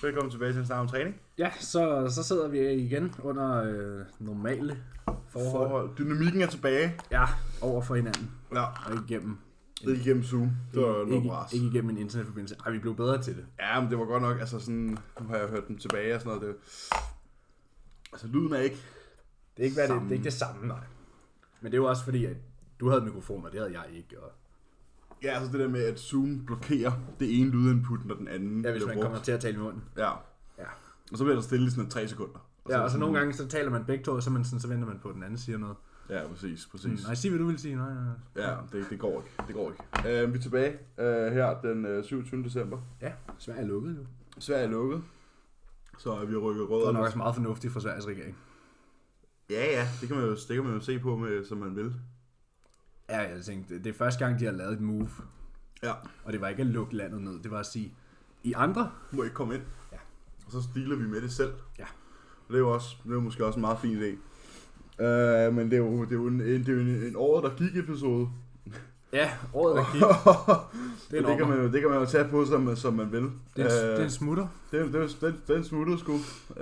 Velkommen tilbage til en snak om træning. Ja, så sidder vi igen under normale forhold. Dynamikken er tilbage. Ja, over for hinanden. Ja. Og igennem. Ikke igennem Zoom. Det var noget bras. Ikke igennem en internetforbindelse. Ej, vi blev bedre til det. Ja, men det var godt nok, altså sådan, nu har jeg hørt dem tilbage og sådan noget. Altså lyden er ikke det er ikke, det er ikke det samme, nej. Men det er jo også fordi, at du havde mikrofon, og det havde jeg ikke. Og... Ja, altså det der med, at Zoom blokerer det ene lydinput, når den anden ja, hvis man kommer til at tale i munden. Ja. Og så bliver der stille i sådan 3 sekunder. Og så nogle gange, så taler man begge to, og så venter man på, at den anden siger noget. Ja, præcis. Nej, sig hvad du vil sige. Nej. Ja, det går ikke. Vi er tilbage her den 27. december. Ja, Sverige er lukket jo. Sverige er lukket. Så vi har rykket rødder. Det er nok også meget fornuftigt for Sveriges regering. Ja, det kan man jo se på, med, som man vil. Ja, jeg tænkte, det er første gang, de har lavet et move. Ja. Og det var ikke at lukke landet ned, det var at sige, I andre må ikke komme ind. Ja. Og så stiler vi med det selv. Ja. Og det er jo måske også en meget fin idé. Men det er jo en året, der gik episode. Ja, året der gik. det kan man jo tage på, som man vil. Det er en smutter. Det er en smutter, sgu.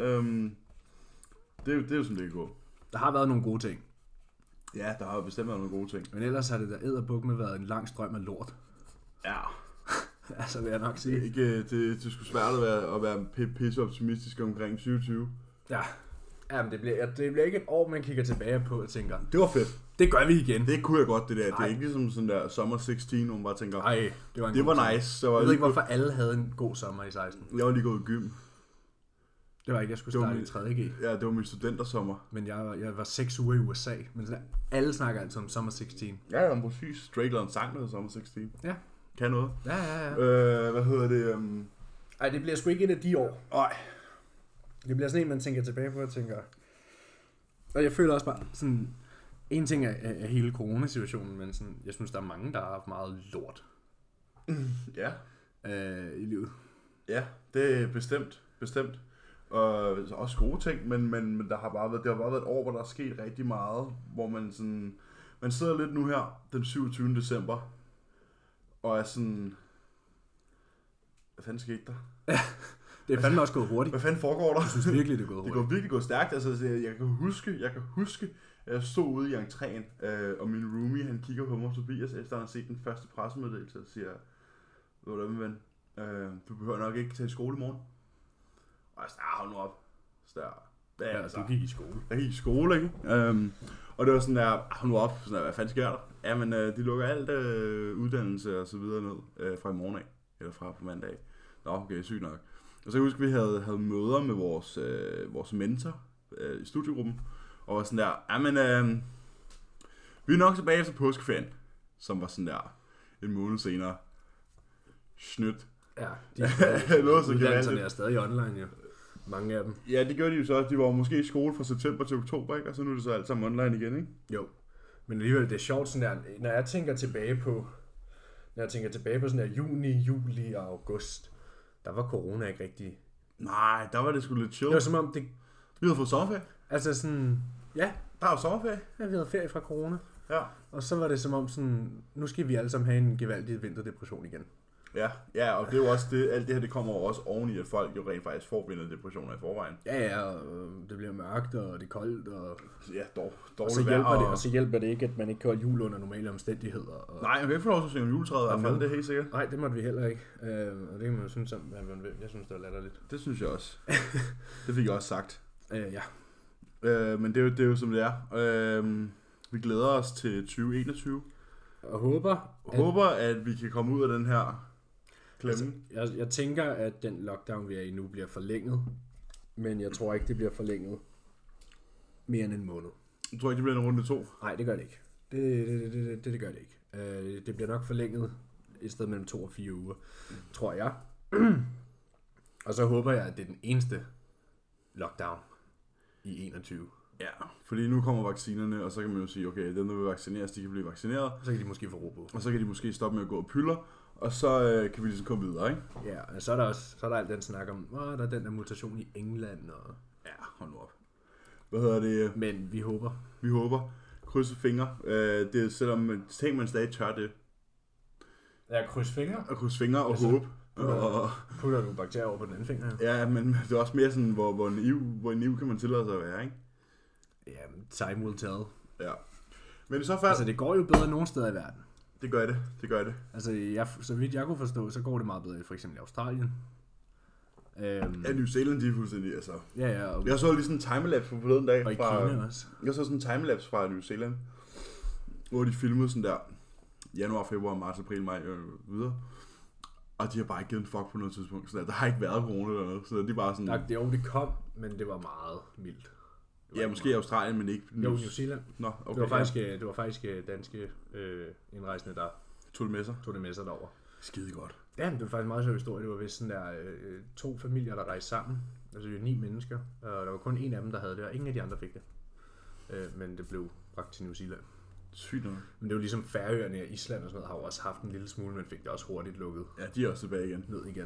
Det er jo sådan, det kan gå. Der har været nogle gode ting. Ja, der har jo bestemt været nogle gode ting. Men ellers har det der edderbuk med været en lang strøm af lort. Ja. Altså, vil jeg nok sige. Det er sgu svært at være pisse optimistisk omkring 2020. Ja. Jamen, det bliver ikke et år, man kigger tilbage på og tænker, det var fedt. Det gør vi igen. Det kunne jeg godt, det der. Det er ikke ligesom sådan der Summer 16, hvor man bare tænker, nej, det var nice. Jeg ved ikke, hvorfor alle havde en god sommer i 16. Jeg var lige gået i gym. Det var ikke, jeg skulle starte i 3.G. Ja, det var min studentersommer. Men jeg var 6 uger i USA. Men alle snakker altid om Summer 16. Ja, præcis. Drake lavede en sang, der hedder Summer 16. Ja. Kan noget. Ja. Hvad hedder det? Ej, det bliver sgu ikke et af de år. Nej. Det bliver sådan en, man tænker tilbage på og tænker... Og jeg føler også bare sådan... En ting er hele coronasituationen, men sådan, jeg synes, der er mange, der har haft meget lort. Ja. I livet. Ja, det er bestemt. Og også gode ting, men det har bare været et år, hvor der er sket rigtig meget, hvor man sådan... Man sidder lidt nu her, den 27. december, og er sådan... Hvad fanden skete der? Det er fandme også gået hurtigt. Hvad fanden foregår der? Jeg synes virkelig, det er gået hurtigt. Det går virkelig gået stærkt. Altså, jeg kan huske, at jeg stod ude i entréen, og min roomie, han kigger på mig, Tobias, efter han har set den første pressemeddelelse, og siger, hvordan ven, du behøver nok ikke tage i skole i morgen. Og jeg sådan, hold nu op. Du gik i skole. Jeg gik i skole, ikke? Og det var sådan der, hold nu op, sådan der, hvad fanden sker der? Jamen, de lukker alt uddannelse og så videre ned fra i morgen af, eller fra på mandag. Nå, okay, sygt nok. Og så kan jeg huske, at vi havde møder med vores mentor i studiegruppen, og var sådan der, jamen, vi er nok tilbage efter påskeferien, som var sådan der en måned senere. Snydt. Ja, uddannelserne er stadig online jo. Mange af dem. Ja, det gør de jo så. De var måske i skole fra september til oktober, ikke? Og så nu er det så alt sammen online igen, ikke? Jo. Men alligevel, det er sjovt sådan der, når jeg tænker tilbage på sådan der juni, juli og august, der var corona ikke rigtig. Nej, der var det sgu lidt chill. Det var som om det... Vi havde fået sommerferie. Altså sådan, ja. Der var sommerferie. Ja, vi havde ferie fra corona. Ja. Og så var det som om sådan, nu skal vi alle sammen have en gevaldig vinterdepression igen. Ja, og det er jo også det, alt det her, det kommer også oveni, at folk jo rent faktisk får vinterdepressioner i forvejen. Ja, og det bliver mørkt, og det er koldt, og... Ja, dårligt og så hjælper det, og så hjælper det ikke, at man ikke kan holde jul under normale omstændigheder. Og... Nej, man kan ikke få lov til at synge juletræet i hvert fald, det er helt sikkert. Nej, det måtte vi heller ikke, og det kan man jo synes om, hvad man vil. Jeg synes, det var latterligt. Det synes jeg også. Det fik jeg også sagt. Ja. Men det er jo som det er. Vi glæder os til 2021. Og håber, at vi kan komme ud af den her klemme. Altså, jeg tænker, at den lockdown, vi er i nu, bliver forlænget. Men jeg tror ikke, det bliver forlænget mere end en måned. Du tror ikke, det bliver en runde 2? Nej, det gør det ikke. Det gør det ikke. Det bliver nok forlænget et sted mellem 2 og 4 uger, tror jeg. Og så håber jeg, at det er den eneste lockdown i 21. Ja, fordi nu kommer vaccinerne, og så kan man jo sige, okay, dem der vil vaccineres, de kan blive vaccineret. Så kan de måske få ro på. Og så kan de måske stoppe med at gå og pylder, og så kan vi ligesom komme videre, ikke? Ja, så er der alt den snak om, der er den der mutation i England, og... Ja, hold nu op. Hvad hedder det? Men vi håber. Vi håber. Krydse fingre. Det er selvom man stadig tør det. Ja, krydse fingre. Og krydse fingre og håbe. Putter du bakterier over på den anden finger? Ja, men det er også mere sådan, hvor naiv kan man tillade sig at være, ikke? Ja, time will tell. Ja. Men i så fald... Altså, det går jo bedre nogle steder i verden. Det gør det. Altså, så vidt jeg kunne forstå, så går det meget bedre, for eksempel i Australien. Ja, New Zealand, de er fuldstændig, altså. Ja. Og jeg så lige sådan en timelapse på forleden dag. Og i Kina også. Jeg så sådan en timelapse fra New Zealand, hvor de filmede sådan der januar, februar, marts, april, maj og videre. Og de har bare ikke givet en fuck på noget tidspunkt. Så der har ikke været corona eller noget. Så de bare sådan... Det kom, men det var meget mildt. Ja, måske i Australien, men ikke... New Zealand. Nå, okay. Det var faktisk danske indrejsende, der tog det med sig derover. Skide godt. Ja, det var faktisk en meget sjov historie. Det var vist sådan der 2 familier, der rejste sammen. Altså 9 mennesker. Og der var kun en af dem, der havde det, og ingen af de andre fik det. Men det blev bragt til New Zealand. Sygt nok. Men det er jo ligesom Færøerne og Island og sådan noget, har jo også haft en lille smule, men fik det også hurtigt lukket. Ja, de er også tilbage igen. Ned igen.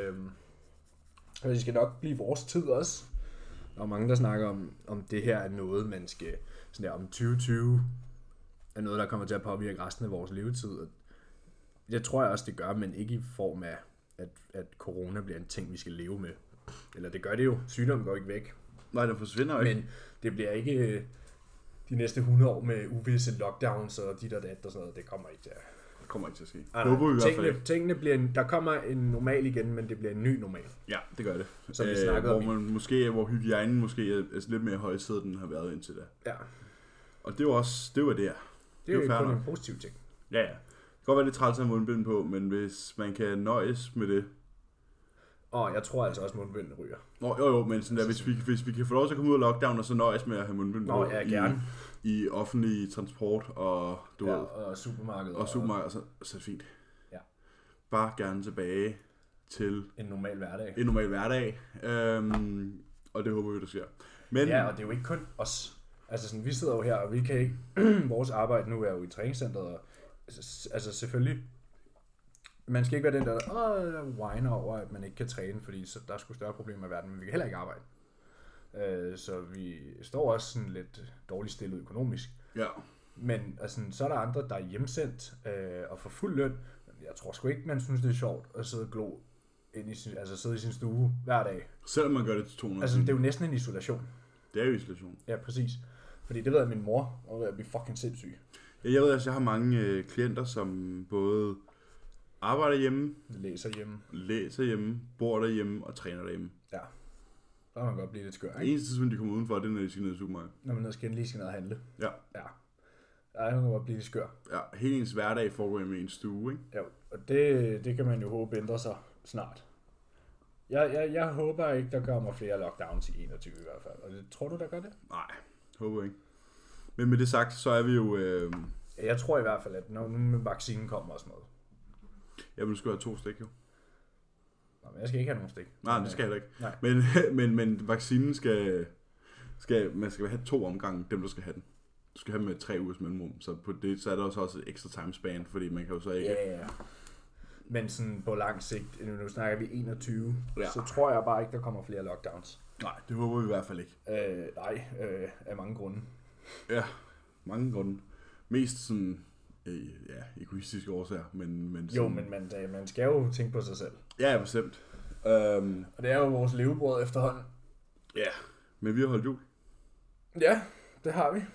Og det skal nok blive vores tid også. Der er mange, der snakker om det her er noget, man skal... Sådan der, om 2020 er noget, der kommer til at påvirke resten af vores levetid. Og det tror jeg også, det gør, men ikke i form af, at corona bliver en ting, vi skal leve med. Eller det gør det jo. Sygdommen går ikke væk. Nej, det forsvinder jo ikke. Men det bliver ikke de næste 100 år med uvisse lockdowns og dit og dat og sådan noget. Det kommer ikke til at... Det kommer ikke til at ske. Håber vi i hvert fald. Tingene bliver der kommer en normal igen, men det bliver en ny normal. Ja, det gør det. Som vi snakkede om. Hvor hygiejnen måske er lidt mere højsædet, den har været indtil da. Ja. Og det er jo også, det var det her. Det er jo kun en positiv ting. Ja. Det kan godt være lidt træls at have mundbind på, men hvis man kan nøjes med det. Og jeg tror altså også, at mundbind ryger. Jo, men sådan der, hvis vi kan få lov til at komme ud af lockdown, og så nøjes med at have mundbind på i offentlig transport og og supermarkeder. Og supermarkeder, så er det fint. Ja. Bare gerne tilbage til en normal hverdag. Og det håber vi, der sker. Men, ja, og det er jo ikke kun os. Altså sådan, vi sidder jo her, og vi kan ikke... vores arbejde nu er jo i træningscenteret, og altså selvfølgelig... Man skal ikke være den der whiner over, at man ikke kan træne, fordi så der er sgu større problemer i verden, men vi kan heller ikke arbejde. Så vi står også sådan lidt dårligt stillet økonomisk. Ja. Men altså, så er der andre, der er hjemsendt og får fuld løn. Jeg tror sgu ikke, man synes, det er sjovt at sidde og glo sidde i sin stue hver dag. Selvom man gør det til 200. Altså, det er jo næsten en isolation. Det er jo isolation. Ja, præcis. Fordi det ved jeg, min mor var ved at blive fucking sindssyg. Ja, jeg ved også, jeg har mange klienter, som både arbejder hjemme, læser hjemme, bor derhjemme og træner derhjemme. Ja. Så kan man godt blive lidt skør, ikke? Det eneste tidspunkt, de kommer udenfor, det er, når de skal ned i supermarkedet. Når man lige skal ned og handle. Ja. Ja, man kan godt blive lidt skør. Ja, hele ens hverdag foregår med en stue, ikke? Ja, og det kan man jo håbe ændrer sig snart. Jeg håber ikke, der kommer flere lockdowns i 21 i hvert fald. Og tror du, der gør det? Nej, håber ikke. Men med det sagt, så er vi jo... Jeg tror i hvert fald, at når nu vaccinen kommer og sådan noget. Jamen, du skal have 2 stik, jo. Nå, men jeg skal ikke have nogen stik. Nej, det skal jeg ikke. Men vaccinen man skal have 2 omgange, dem der skal have den. Du skal have dem med 3 ugers mellemrum, så på det så er der også et ekstra timespan, fordi man kan jo så ikke... Ja. Men sådan på lang sigt, nu snakker vi 21, så tror jeg bare ikke, der kommer flere lockdowns. Nej, det håber vi i hvert fald ikke. Af mange grunde. Ja, mange grunde. Mest sådan, egoistiske årsager, men sådan... Jo, men man skal jo tænke på sig selv. Ja, bestemt. Og det er jo vores levebrød efterhånden. Ja, men vi har holdt jul. Ja, det har vi.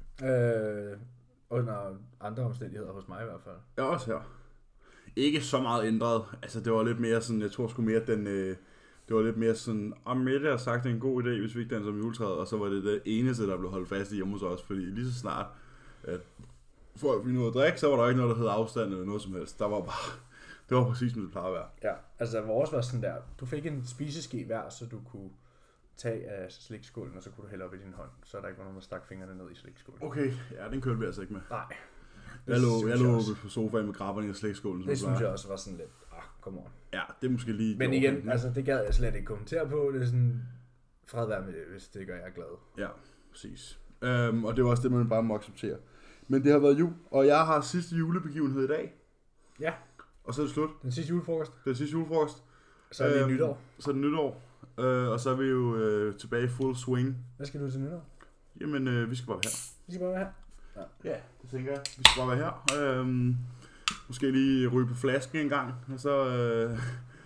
Under andre omstændigheder hos mig i hvert fald. Ja, også her. Ikke så meget ændret. Altså, det var lidt mere sådan, jeg tror sgu mere, det var lidt mere sådan, Mette har sagt, det er en god idé, hvis vi ikke danser om juletræet, og så var det eneste, der blev holdt fast i hjemme hos os, fordi lige så snart, at folk ville noget at drikke, så var der ikke noget, der hed afstand eller noget som helst. Det var præcis, som det plejede at være. Ja, altså vores var sådan der, du fik en spiseske hver, så du kunne tage af slikskålen, og så kunne du hælde op i din hånd, så der ikke var nogen, der stak fingrene ned i slikskålen. Okay, ja, den kørte vi altså ikke med. Nej. Jeg lå på sofaen med grabberne i slikskålen. Det synes jeg også var sådan lidt, come on. Ja, det er måske lige... Men igen, altså det gad jeg slet ikke kommentere på, det er sådan, fred være med det, hvis det gør jeg glad. Ja, præcis. Og det var også det, man bare må acceptere. Men det har været jul, og jeg har sidste julebegivenhed i dag. Ja. Og så er det slut. Den sidste julefrokost. Så er det nytår. Så er det nytår. Og så er vi jo tilbage i full swing. Hvad skal du til nytår? Jamen, vi skal bare være her. Vi skal bare være her? Ja, det tænker jeg. Vi skal bare være her. Måske lige ryge på flasken en gang, og så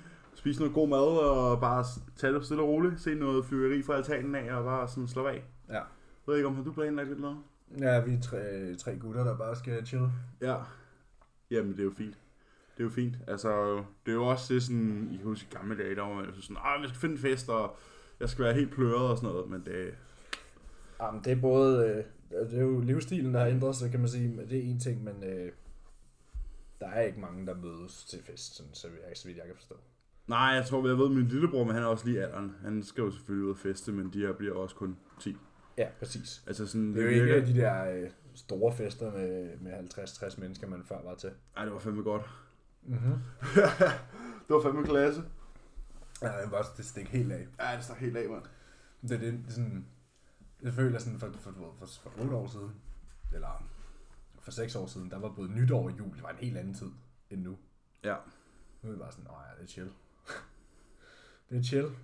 spise noget god mad og bare tage det stille og roligt. Se noget fyrværkeri fra altanen af og bare sådan slå af. Ja. Jeg ved ikke, om har du planlagt lidt noget? Ja, vi er tre gutter, der bare skal chille. Ja. Jamen, det er jo fint. Det er jo fint. Altså, det er jo også det sådan, I kan huske i gamle dage, der var man sådan, vi skal finde en fest, og jeg skal være helt pløret og sådan noget, men det... Jamen, det er både, det er jo livsstilen, der har ændret sig, kan man sige, det er en ting, men der er ikke mange, der mødes til fest, sådan, så vidt jeg kan forstå. Nej, jeg tror, jeg ved, min lillebror, men han er også lige alderen. Han skal jo selvfølgelig ud og feste, men de her bliver også kun 10. Ja, præcis. Altså sådan, det er jo ikke de der store fester med 50-60 mennesker, man før var til. Nej, det var fandme godt. Mhm. Det var fandme klasse. Ja, det stik helt af. Ja, det stak helt af, mand. Det er sådan, jeg føler sådan for 8 år siden, eller for 6 år siden, der var både nytår og jul. Det var en helt anden tid end nu. Ja. Nu er det bare sådan, ja, det er chill. Det er chill.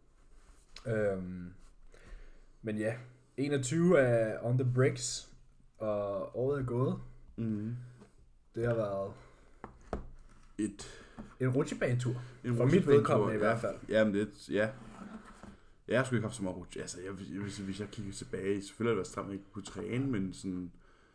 Men ja, 21 er on the bricks, og året er gået. Mm. Det har været en rutsjebanetur. For mit vedkommende i hvert fald. Jamen det, ja. Jeg skulle ikke have så meget rutsje. Altså, hvis jeg kigger tilbage, selvfølgelig er det været stramt, at jeg ikke kunne træne, men sådan...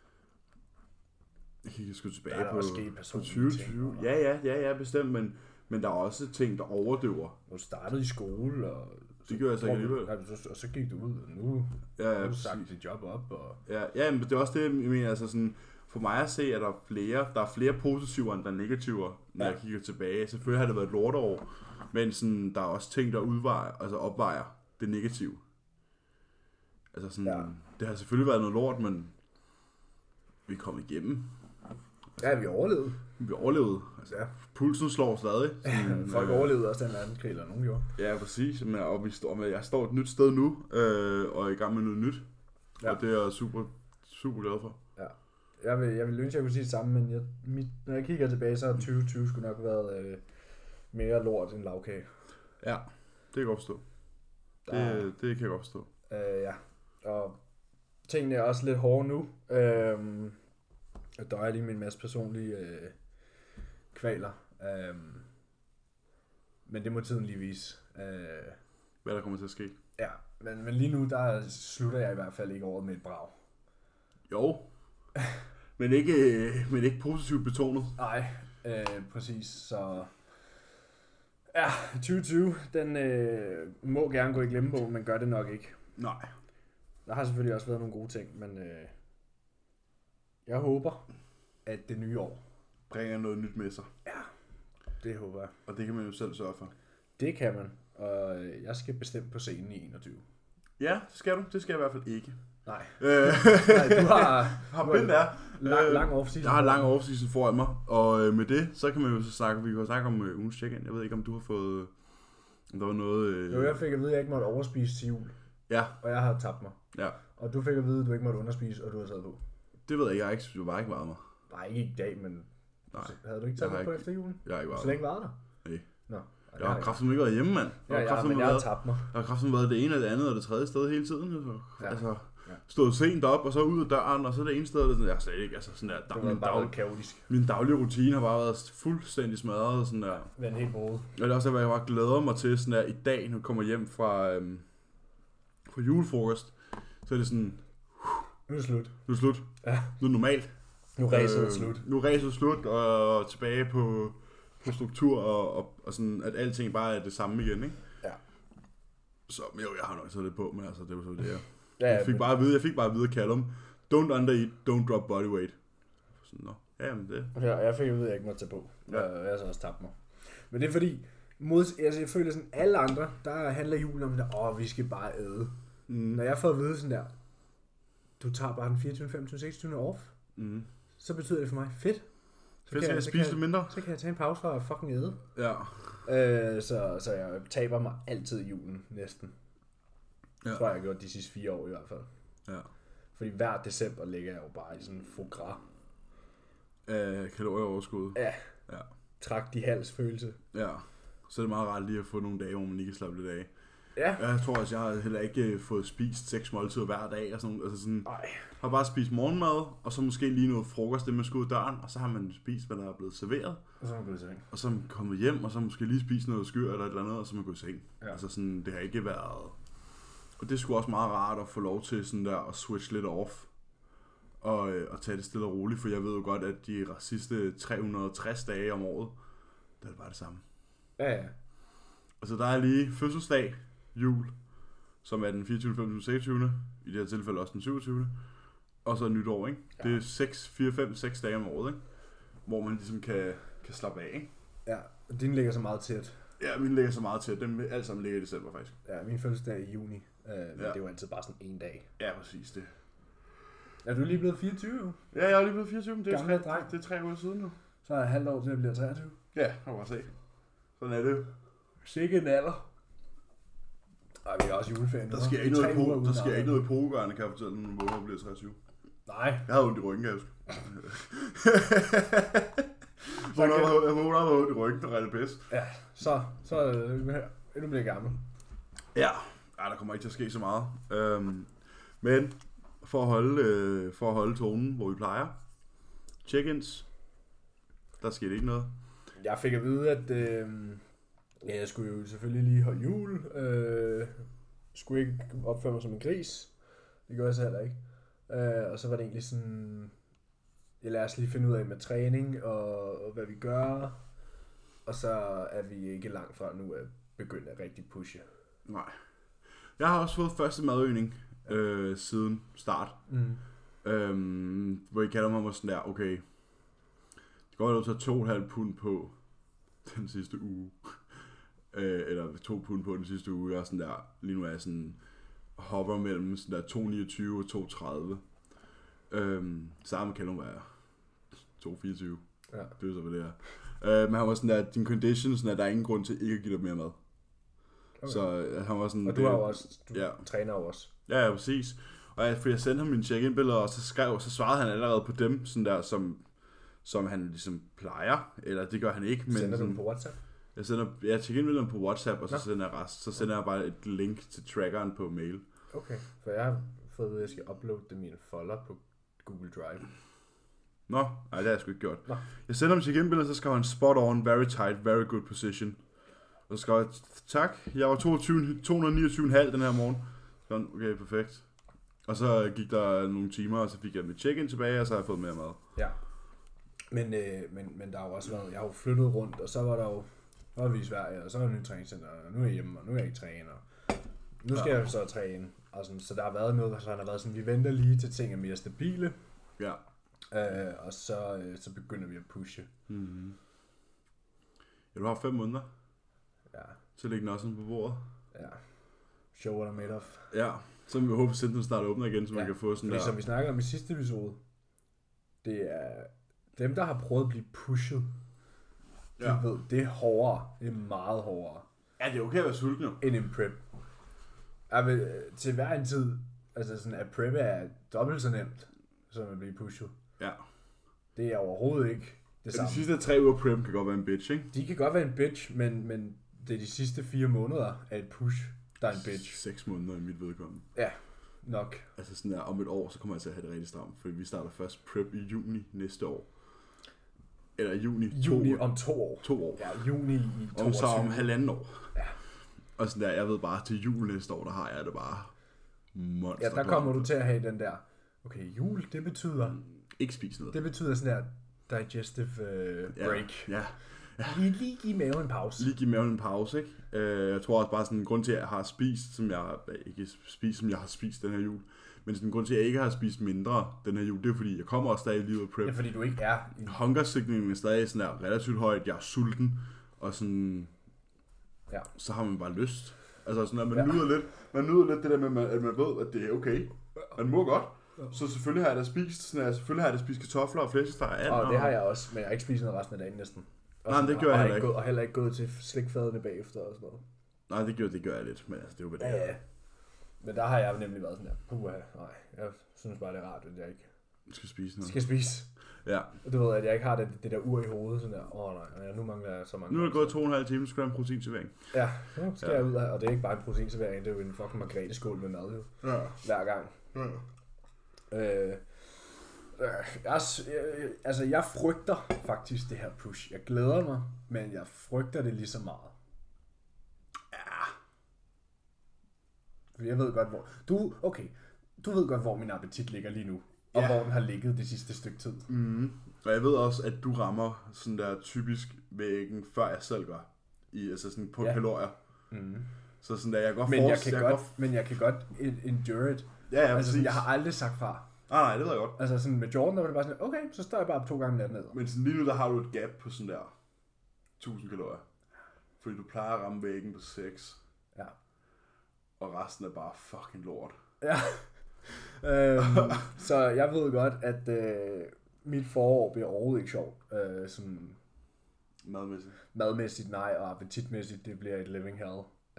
Jeg kigger sgu tilbage på 2020. Ja, bestemt, men der er også ting, der overdøver. Du startede i skole, og det gjorde jeg så ikke alligevel. Og så gik du ud, og nu har du sagt dit job op. Og... Ja, men det er også det, jeg mener, altså sådan... For mig at se, at der er flere positiver, end der er negativer, når jeg kigger tilbage. Selvfølgelig har det været et lorteår, men sådan, der er også ting, der opvejer det negative. Altså sådan, det har selvfølgelig været noget lort, men vi er kommet igennem. Ja, vi overlevede. Vi overlevede. Altså, pulsen slår stadig. Sådan, folk overlevede også den verdenskrig, eller nogen gjorde. Ja, præcis. Og jeg står et nyt sted nu, og er i gang med noget nyt. Ja. Og det er jeg super, super glad for. Ja. Jeg vil ønske, at jeg kunne sige det samme, men når jeg kigger tilbage, så har 2020 skulle nok været mere lort end lavkage. Ja, det kan jeg godt forstå. Det kan jeg godt forstå. Ja, og tingene er også lidt hårde nu. Jeg døjer lige med en masse personlige kvaler. Men det må tiden lige vise. Hvad der kommer til at ske. Ja, men lige nu, der slutter jeg i hvert fald ikke året med et brag. Jo. men ikke positivt betonet. Nej, præcis. Så ja, 2020, den må gerne gå i glemmebogen, men gør det nok ikke. Nej. Der har selvfølgelig også været nogle gode ting, men jeg håber, at det nye år bringer noget nyt med sig. Ja, det håber jeg. Og det kan man jo selv sørge for. Det kan man, og jeg skal bestemt på scenen i 21. Ja, det skal du. Det skal jeg i hvert fald ikke. Nej. Nej, du har lang off-season. Jeg har lang off-season foran mig, og med det, så kan man jo så snakke om ugens check-in. Jeg ved ikke, om du har fået, om der var noget... Jo, jeg fik at vide, at jeg ikke måtte overspise til jul. Ja. Og jeg har tabt mig. Ja. Og du fik at vide, at du ikke måtte underspise, og du har taget på. Det ved jeg ikke, du var ikke vejet mig. Nej, ikke i dag, men... Nej. Havde du ikke taget mig på efter julen? Jeg har ikke vejet mig. Så længe var der? Nej. Nå. Jeg har kraftigt ikke været hjemme, mand. Men jeg har tabt mig. Jeg har kraftigt været det ene, og det andet, og det tredje sted hele tiden. Så. Ja. Altså, stået sent op, og så ud af døren, og så det ene sted, og jeg slet ikke, altså sådan der. Det var bare kaotisk. Min daglige rutine har bare været fuldstændig smadret, sådan der. Det er helt brugt. Og det er også derfor, jeg bare glæder mig til, sådan der, i dag, når jeg kommer hjem fra julefrokost, så er det sådan... Nu er det slut. Nu er det slut. Ja. Nu er det normalt. Nu er ræset slut. Nu er ræset slut, og tilbage på struktur, og sådan, at alting bare er det samme igen, ikke? Ja. Så jo, jeg har nok taget lidt på, men altså, det var så det her. Ja, jeg fik bare at vide at Callum, don't undereat, don't drop body weight. Sådan, ja, men det. Ja, jeg fik at vide, at jeg ikke måtte tage på. Ja. Jeg har så også tabt mig. Men det er fordi, altså jeg føler sådan, alle andre, der handler julen om det, vi skal bare æde. Når jeg får at vide sådan der, du tager bare den 24, 25, 26 off, så betyder det for mig, fedt. Så kan jeg spise lidt mindre. Så kan jeg tage en pause fra at fucking æde. Ja. Så jeg taber mig altid i julen, næsten. Ja. Jeg tror, jeg har gjort de sidste 4 år i hvert fald. Ja. Fordi hver december ligger jeg jo bare i sådan en foie gras. Kalorieoverskud. Ja. Trak de hals følelse. Ja. Så er det meget rart lige at få nogle dage, hvor man lige kan slappe lidt af. Ja. Jeg tror også, jeg har heller ikke fået spist 6 måltider hver dag. Og sådan, altså sådan, Nej. har bare spist morgenmad, og så måske lige noget frokost, det man skal ud af døren, og så har man spist, hvad der er blevet serveret. Og så er man gået i seng. Og så er man kommet hjem, og så måske lige spist noget skyr eller et eller andet, og så er man gået i seng. Ja. Altså sådan, det har ikke været... Og det er sgu også meget rart at få lov til sådan der at switch lidt off. Og tage det stille og roligt, for jeg ved jo godt, at de sidste 360 dage om året, der er det bare det samme. Ja. Altså der er lige fødselsdag, jul, som er den 24., 25., 26. I det her tilfælde også den 27. Og så nytår, ikke? Ja. Det er 6 dage om året, ikke? Hvor man ligesom kan slappe af, ikke? Ja, og din ligger så meget tæt. Ja, min ligger så meget tæt. Dem alle sammen ligger i december, faktisk. Ja, min fødselsdag er i juni. Men det er jo altid bare sådan en dag. Ja, præcis det. Er du lige blevet 24? Ja, jeg er lige blevet 24, men det Gamle er dreng. det er 3 uger siden nu. Så er jeg halvt år til at blive 23. Ja, jeg kan bare se. Sådan er det jo. Sikke en alder. Ej, vi er også juleferien. Der sker ikke noget i pogegørende, kan jeg fortælle, når man vågner bliver 23. Nej. Jeg havde ondt i ryggen, kan jeg huske. Jeg vågner op og ondt i ryggen, og det bedst. Ja, så er det endnu mere gammel. Ja, der kommer ikke til at ske så meget. Men for at holde tonen, hvor vi plejer. Check-ins. Der skete ikke noget. Jeg fik at vide, at jeg skulle jo selvfølgelig lige holde jul. Skulle ikke opføre mig som en gris. Det gør jeg så heller ikke. Og så var det egentlig sådan... Jeg lader os lige finde ud af med træning og hvad vi gør. Og så er vi ikke langt fra nu at begynde at rigtig pushe. Nej. Jeg har også fået første madøgning siden start. Hvor I kalder mig sådan der, okay, det går jo til at 2,5 pund på den sidste uge. Eller 2 pund på den sidste uge. Jeg er sådan der, lige nu er jeg sådan, hopper mellem sådan der 2,29 og 2,30. Sammen kan du være 2,24. Ja. Det er så, hvad det er. Men han var sådan der, din condition, sådan der, der er ingen grund til ikke at give dig mere mad. Okay. Så han var sådan... Og du har jo også, træner jo også. Ja, præcis. Og jeg sendte ham mine check-in-billeder, og så svarede han allerede på dem, sådan der, som han ligesom plejer. Eller det gør han ikke. Men sender du dem på WhatsApp? Jeg sender check-in-billederne på WhatsApp, og så sender jeg rest. Så sender jeg bare et link til trackeren på mail. Okay, for jeg har fået at vide, at jeg skal uploade det mine folder på Google Drive. Nå, nej, det har jeg sgu ikke gjort. Nå. Jeg sender ham check-in-billeder, så skal han spot on, very tight, very good position. Og så skal jeg, tak, jeg var 229,5 den her morgen. Så okay, perfekt. Og så gik der nogle timer, og så fik jeg mit check-in tilbage, og så har jeg fået mere mad. Ja. Men der har jo også været, jeg har jo flyttet rundt, og så var der jo, var vi i Sverige, og så var der en ny træningscenter, og nu er jeg hjemme, og nu er jeg ikke træner. Nu skal jeg så træne, og sådan, så der har været noget, så han har været sådan, vi venter lige til ting er mere stabile. Ja. Og så begynder vi at pushe. Mm-hmm. Ja, du har 5 måneder. Ja. Så lægger den også på bordet. Ja. Show what I'm made of. Ja, så vi håber, at centrum starter åbner igen, så man kan få sådan fordi der... som vi snakkede om i sidste episode, det er dem, der har prøvet at blive pushet. De ved, det er hårdere. Det er meget hårdere. Ja, det er okay at være sulten jo. End en prep. Til hver en tid, altså sådan, at prep er dobbelt så nemt, som at blive pushet. Ja. Det er overhovedet ikke det samme. De sidste 3 uger prep kan godt være en bitch, ikke? De kan godt være en bitch, men det er de sidste 4 måneder af et push, der er en bitch. 6 måneder i mit vedkommende. Ja, nok. Altså sådan der, om et år, så kommer jeg til at have det rigtig stramt, fordi vi starter først prep i juni næste år. Eller juni om 2 år. 2 år. Ja, juni i 22. Og så om 1,5 år. Ja. Og sådan der, jeg ved bare, til jul næste år, der har jeg det bare monster. Ja, der kommer du til at have den der, okay, jul, det betyder... Ikke spise noget. Det betyder sådan der digestive break. Ja. Lige give maven en pause. Lige give maven en pause, ikke? Jeg tror også bare sådan en grund til, at jeg har spist, som jeg har spist den her jul. Men sådan en grund til, at jeg ikke har spist mindre den her jul, det er fordi, jeg kommer også stadig lige ud af prep. Ja, fordi du ikke er i... Hungersigningen er stadig sådan der relativt højt, jeg er sulten, og sådan... Ja. Så har man bare lyst. Altså sådan, at man nyder lidt det der med, at man ved, at det er okay. Man må godt. Så selvfølgelig har jeg da spist kartofler og flæskesteg og and. Og det har jeg også, men jeg har ikke spist noget resten af dagen næsten. Nej, det gør jeg heller ikke. Og heller ikke gået til slikfadene bagefter og sådan noget. Nej, det gør jeg lidt, men altså, det er jo hvad det er. Ja. Men der har jeg nemlig været sådan der, nej, jeg synes bare, det er rart, at jeg ikke skal spise noget. Skal spise. Ja. Og du ved, at jeg ikke har det der ur i hovedet, sådan der, nej, nu mangler jeg så mange. Nu er det gået 2,5 timer, så skal jeg have en proteinservering. Ja, nu skal jeg ud af, og det er ikke bare en proteinservering, det er jo en fucking margrethe-skål med mad, jo. Ja. Hver gang. Ja. Jeg frygter faktisk det her push. Jeg glæder mig, men jeg frygter det lige så meget. Ja. For jeg ved godt, hvor... Du ved godt, hvor min appetit ligger lige nu. Og hvor den har ligget det sidste stykke tid. Mm. Og jeg ved også, at du rammer sådan der typisk væggen, før jeg selv gør. Altså sådan på kalorier. Mm. Så sådan der, jeg kan godt Men jeg kan godt endure it. Ja, altså sådan, jeg har aldrig sagt fra. Nej, det ved jeg godt. Altså sådan med Jordan, der var det bare sådan, okay, så står jeg bare 2 gange natten ned. Men sådan lige nu, der har du et gap på sådan der 1000 kalorier. Fordi du plejer at ramme væggen på 6. Ja. Og resten er bare fucking lort. Ja. Så jeg ved godt, at mit forår bliver overhovedet ikke sjovt. Sådan madmæssigt nej, og appetitmæssigt, det bliver et living hell.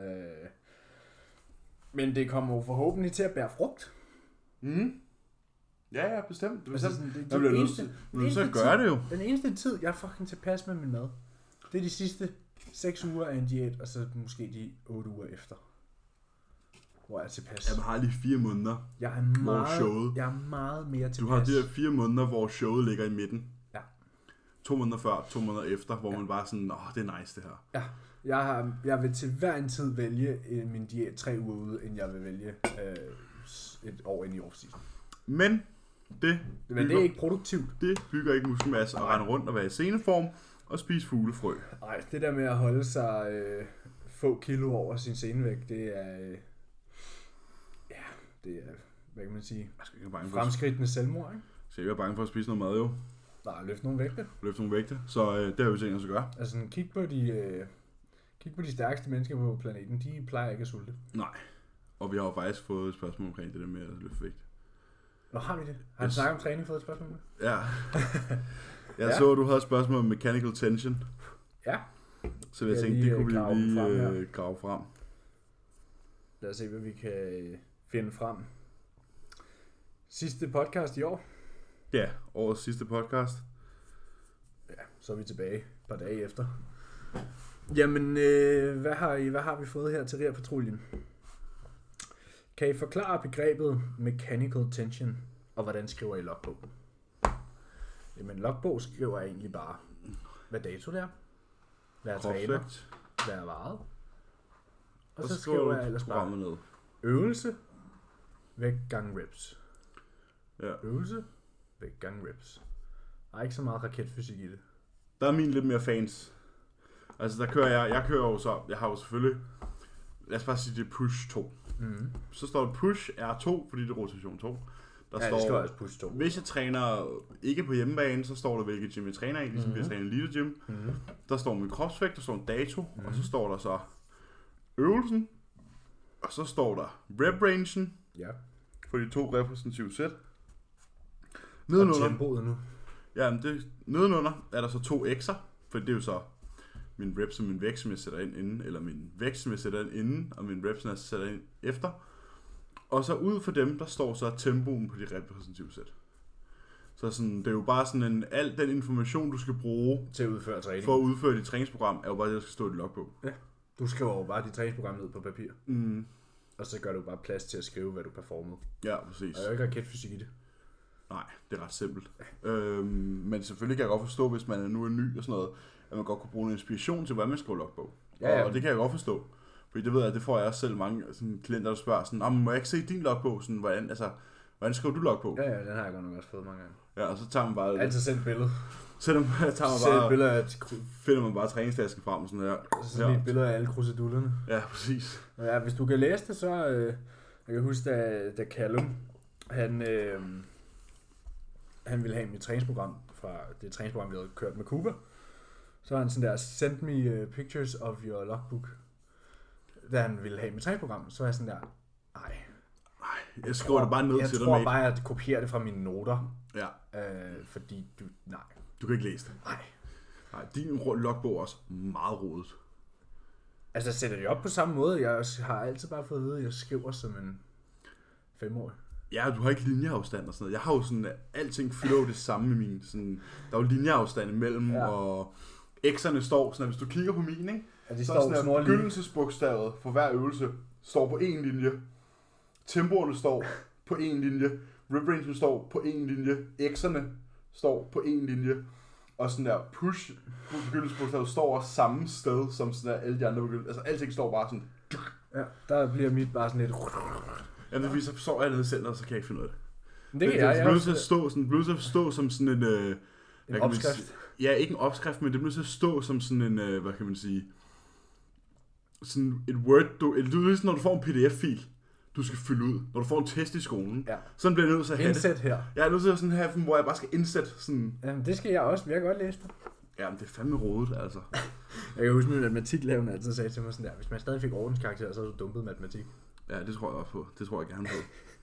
Men det kommer jo forhåbentlig til at bære frugt. Mm. Ja, bestemt. Altså sådan, så gør det jo. Den eneste tid, jeg er fucking tilpas med min mad, det er de sidste 6 uger af en diæt, og så måske de 8 uger efter. Hvor jeg er tilpas. Jeg har lige 4 måneder, jeg er meget mere tilpas. Du har de her 4 måneder, hvor showet ligger i midten. Ja. 2 måneder før, 2 måneder efter, hvor man bare sådan, det er nice det her. Ja. Jeg vil til hver en tid vælge min diæt 3 uger ude, end jeg vil vælge et år ind i off-season. Men det er ikke produktivt. Det bygger ikke muskelmasse at rende rundt og være i sceneform og spise fuglefrø. Nej, det der med at holde sig få kilo over sin scenevægt, det er... det er, hvad kan man sige, fremskridtende selvmord, ikke? Så jeg er bange for at spise noget mad, jo. Nej, løft nogle vægte. Så det har vi tænkt os at gøre. Altså, kig på de stærkeste mennesker på planeten. De plejer ikke at sulte. Nej. Og vi har jo faktisk fået et spørgsmål omkring det der med at løfte vægt. Nå, har vi det? Har du snakket om træning fået et spørgsmål med? Ja. Jeg så, at du havde et spørgsmål om mechanical tension. Ja. Så jeg tænkte, det kunne vi lige grave frem. Lad os se, hvad vi kan finde frem. Sidste podcast i år. Ja, årets sidste podcast. Ja, så er vi tilbage et par dage efter. Jamen, hvad har vi fået her til Ria Patruljen? Kan I forklare begrebet mechanical tension, og hvordan skriver I logbog? Jamen, logbog skriver jeg egentlig bare, hvad dato det er, hvad jeg træner, hvad jeg vejet. Og så skriver jeg ellers bare ned. Øvelse, vægt gange reps. Ja. Øvelse, vægt gange reps. Der er ikke så meget raketfysik i det. Der er min lidt mere fans. Altså der kører jeg kører jo så, jeg har jo selvfølgelig, lad os bare sige det er push 2. Mm-hmm. Så står der push R2, fordi det er rotation 2. Der ja, står, det skal også push 2. Hvis jeg træner ikke på hjemmebane, så står der hvilket gym jeg træner i, ligesom jeg træner Elite Gym. Mm-hmm. Der står min kropsvægt, der står en dato, og så står der så øvelsen, og så står der rep-rangen, for de 2 repræsentative sæt. Nedenunder, og tempoet nu. Ja, nedenunder er der så 2 x'er, for det er jo så min reps og min vægt, som jeg sætter ind inden, eller min vægt, som jeg sætter ind inden, og min reps, som jeg sætter ind efter. Og så ud for dem, der står så tempoen på de repræsentative sæt. Så sådan, det er jo bare sådan al den information, du skal bruge til at udføre træning. For at udføre dit træningsprogram, er jo bare det, der skal stå i dit logbog. Ja. Du skriver jo bare dit træningsprogram ned på papir. Mm. Og så gør du bare plads til at skrive, hvad du performede. Ja, præcis. Og der er jo ikke raketfysik i det. Nej, det er ret simpelt. Men selvfølgelig kan jeg godt forstå, hvis man nu er ny og sådan noget, at man godt kunne bruge en inspiration til, hvordan man skriver logbog. Ja. Og det kan jeg godt forstå. Fordi det ved jeg, det får jeg også selv mange sådan, klienter, der spørger sådan, må jeg ikke se din logbog? Sådan, hvordan skriver du logbog? Ja, den har jeg godt nok også fået mange gange. Ja, og så tager man bare... Altid sendt billede. Finder man bare træningstasken frem og sådan her. Så sådan et billede af alle krusedullerne. Ja, præcis. Og ja, hvis du kan læse det, så... jeg kan huske, da Callum, han ville have mit træningsprogram fra det træningsprogram, vi havde kørt med Cooper. Så var han sådan der, send me pictures of your logbook. Da han ville have mit træningsprogram, så var jeg sådan der, nej. Jeg skriver det bare ned til dig. Jeg tror bare, at jeg kopierer det fra mine noter. Ja. Fordi nej. Du kan ikke læse det. Nej, din logbog er også meget rodet. Altså, jeg sætter det op på samme måde. Jeg har altid bare fået at vide, at jeg skriver som en 5-årig. Ja, du har ikke linjeafstand og sådan noget. Jeg har jo sådan, alting fylder jo det samme med min. Sådan, der er jo linjeafstand imellem, og x'erne står sådan, hvis du kigger på min, ikke? Ja, de så står sådan, at begyndelsesbogstavet for hver øvelse står på en linje. Tempoerne står på en linje. Rep-rangen står på en linje. X'erne står på en linje. Og sådan der push begyndelsesbogstavet står også samme sted som sådan der alle de andre begyndelser. Altså alting står bare sådan. Ja, der bliver mit bare sådan lidt. Ja, det viser, så jeg det selv, og så kan jeg ikke finde ud af det. Det kan jeg. Det bliver til at stå som sådan en... en opskrift. Ja, ikke en opskrift, men det bliver til at stå som sådan en... hvad kan man sige? Sådan et Word... Du er ligesom, når du får en pdf-fil, du skal fylde ud. Når du får en test i skolen. Ja. Sådan bliver jeg nødt til at have indsæt her. Jeg er nødt til at sådan have dem, hvor jeg bare skal indsætte sådan... Jamen, det skal jeg også. Jeg kan godt læse det. Jamen, det er fandme rodet, altså. Jeg kan huske, at min matematiklæreren altid sagde til mig sådan der, hvis man stadig fik ordenskarakter, så havde du dumpet matematik. Ja, det tror jeg også på. Det tror jeg gerne på.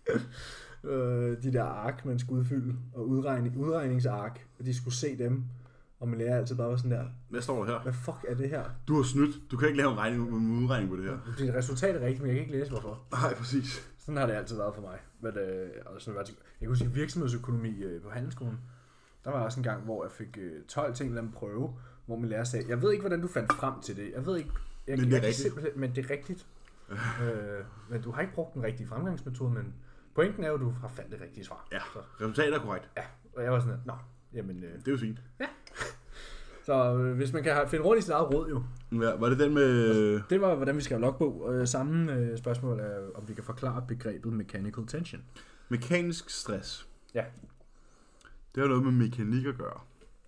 De der ark, man skulle udfylde, og udregningsark, og de skulle se dem, og min lærer altid bare var sådan der. Hvad står der her? Hvad fuck er det her? Du har snydt. Du kan ikke lave en udregning på det her. Det resultat er rigtigt, men jeg kan ikke læse hvorfor. Nej, præcis. Sådan har det altid været for mig. Men, og sådan var det, jeg kan huske virksomhedsøkonomi på handelsskolen. Der var også en gang, hvor jeg fik 12 til en eller anden prøve, hvor min lærer sagde, jeg ved ikke, hvordan du fandt frem til det. Jeg ved ikke, men det er rigtigt. Men det er rigtigt. Men du har ikke brugt den rigtige fremgangsmetode, men pointen er jo, at du har fandt det rigtige svar. Ja, resultatet er korrekt. Ja, og jeg var sådan, nå, jamen... det er jo fint. Ja. Så hvis man kan finde rundt i sit eget råd jo. Ja, var det den med... Det var, hvordan vi skrev logbog. Samme spørgsmål er, om vi kan forklare begrebet mechanical tension. Mekanisk stress. Ja. Det har noget med mekanik at gøre.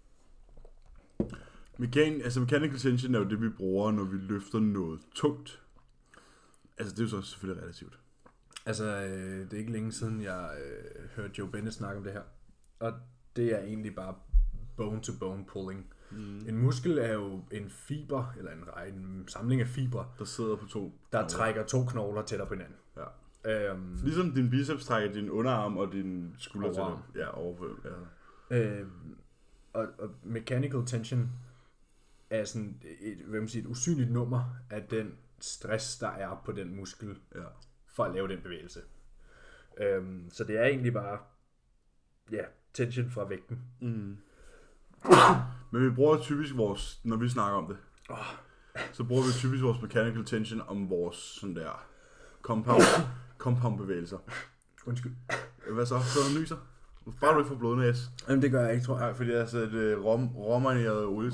Mechanical tension er jo det, vi bruger, når vi løfter noget tungt. Altså, det er jo så selvfølgelig relativt. Altså, det er ikke længe siden, jeg hørte Joe Bennett snakke om det her. Og det er egentlig bare bone-to-bone pulling. En muskel er jo en fiber, eller en samling af fibre, der sidder på to der trækker to knogler tættere på hinanden. Ja. Ligesom din biceps trækker din underarm og din skulder overarm. Til ja, overarm. Ja. Og mechanical tension er sådan et usynligt nummer af den stress, der er på den muskel, for at lave den bevægelse. Så det er egentlig bare tension fra vægten. Men vi bruger typisk vores, når vi snakker om det, så bruger vi typisk vores mechanical tension om vores sådan der compound bevægelser. Undskyld. Hvad så? Så du nyser? Bare du ikke får blodnæs. Jamen det gør jeg ikke, tror jeg. Nej, fordi jeg har sat råmarineret olie.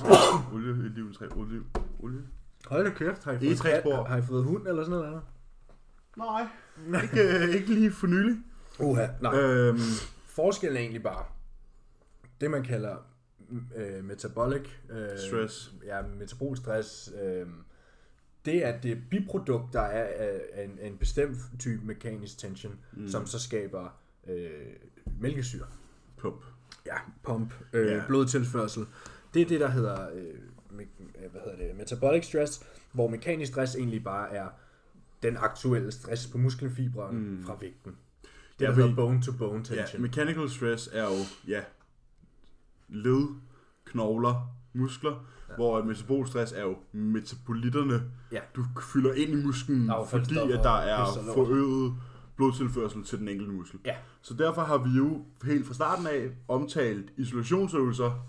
Hold da kæft, har I fået hund eller sådan noget? Nej, ikke lige for nylig. Forskellen er egentlig bare det, man kalder metabolic stress. Ja, metabolisk stress. Det er det biprodukt, der er af en bestemt type mekanisk tension, som så skaber mælkesyre. Pump. Ja, pump. Blodtilførsel. Det er det, der hedder metabolic stress, hvor mekanisk stress egentlig bare er den aktuelle stress på muskelfiberen fra vægten. Det der hedder bone-to-bone tension. Ja, mechanical stress er jo, led, knogler, muskler, hvor metabolisk stress er jo metabolitterne, du fylder ind i musklen, fordi at der er forøget blodtilførsel til den enkelte muskel. Ja. Så derfor har vi jo helt fra starten af omtalt isolationsøvelser.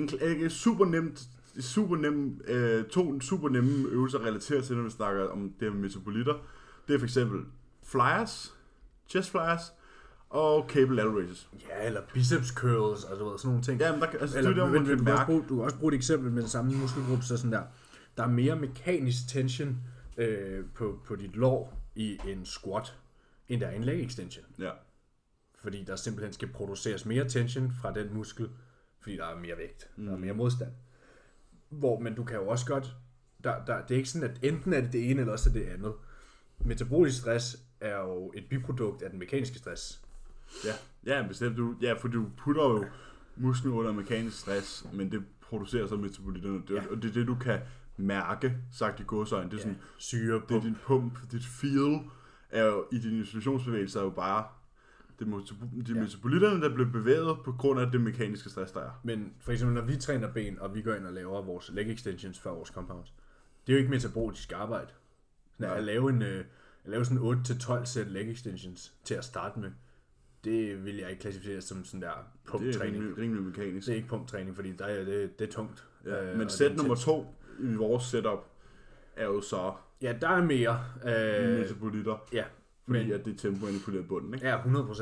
To super nemme øvelser relateret til, når vi snakker om det med metabolitter. Det er for eksempel flyers, chest flyers, og cable lateral raises. Ja, eller biceps curls, og sådan nogle ting. Ja, men der, altså, eller, du kan også bruge et eksempel med den samme muskelgruppe, så sådan der er mere mekanisk tension på dit lår i en squat, end der er en leg extension. Ja. Fordi der simpelthen skal produceres mere tension fra den muskel, fordi der er mere vægt, der er mere modstand. Men du kan jo også godt, det er ikke sådan, at enten er det ene, eller også er det andet. Metabolisk stress er jo et biprodukt af den mekaniske stress. Ja, bestemt. For du putter jo musklen under mekanisk stress, men det producerer så metabolitterne. Og det er det, du kan mærke, sagt i godsøjne. Det er sådan, syre, det er din pump, dit feel er jo, i dine isolationsbevægelser er jo bare de metabolitterne, der bliver bevæget på grund af det mekaniske stress, der er. Men for eksempel, når vi træner ben, og vi går ind og laver vores leg extensions for vores compounds, det er jo ikke metabolisk arbejde. At lave sådan 8-12 sæt leg extensions til at starte med, det vil jeg ikke klassificere som sådan der pumptræning. Det er rimelig mekanisk. Det er ikke pumptræning, fordi der er det er tungt. Ja, men sæt nummer 2 i vores setup er jo så... Ja, der er mere... metabolitter. Ja. Fordi at det er tempomanipuleret bunden, ikke? Ja, 100%.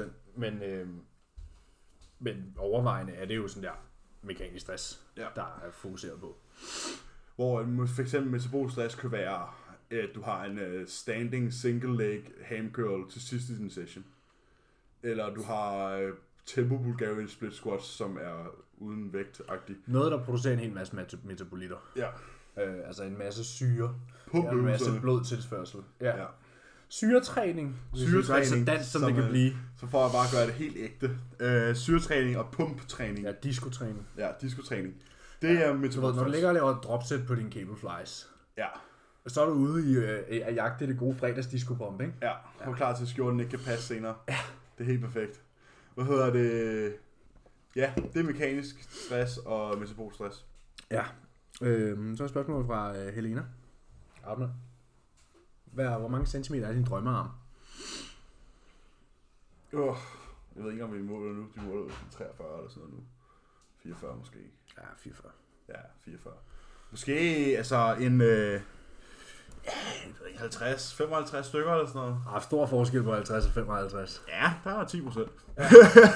Men overvejende er det jo sådan der mekanisk stress, der er fokuseret på. Hvor for eksempel metabolisk stress kan være, at du har en standing single leg ham curl til sidst i din session. Eller du har tempo Bulgarian split squats, som er uden vægt-agtig. Noget, der producerer en hel masse metabolitter. Ja. Altså en masse syre. Og en masse blodtilførsel. Ja. Syretræning. Syretræning, så dans, som det kan blive. Så for at bare gøre det helt ægte. Syretræning og pumptræning. Ja, diskotræning. Ja, diskotræning. Det er metabolisk. Når du ligger og laver et dropset på dine cable flies. Ja. Så er du ude i at jagte det gode fredagsdisco-bomb, ikke? Ja, du er klar til at skjorten ikke kan passe senere. Ja. Det er helt perfekt. Hvad hedder det? Ja, det er mekanisk stress og metabolisk stress. Ja. Så er spørgsmålet fra Helena. Abner. Hvor mange centimeter er din drømmearm? Jeg ved ikke, om vi måler nu. De måler 43 eller sådan noget nu. 44 måske. Ja, 44. Ja, 44. Måske altså en... 50, 55 stykker eller sådan noget. Stor forskel på 50 og 55. Ja, der er 10%. Ja.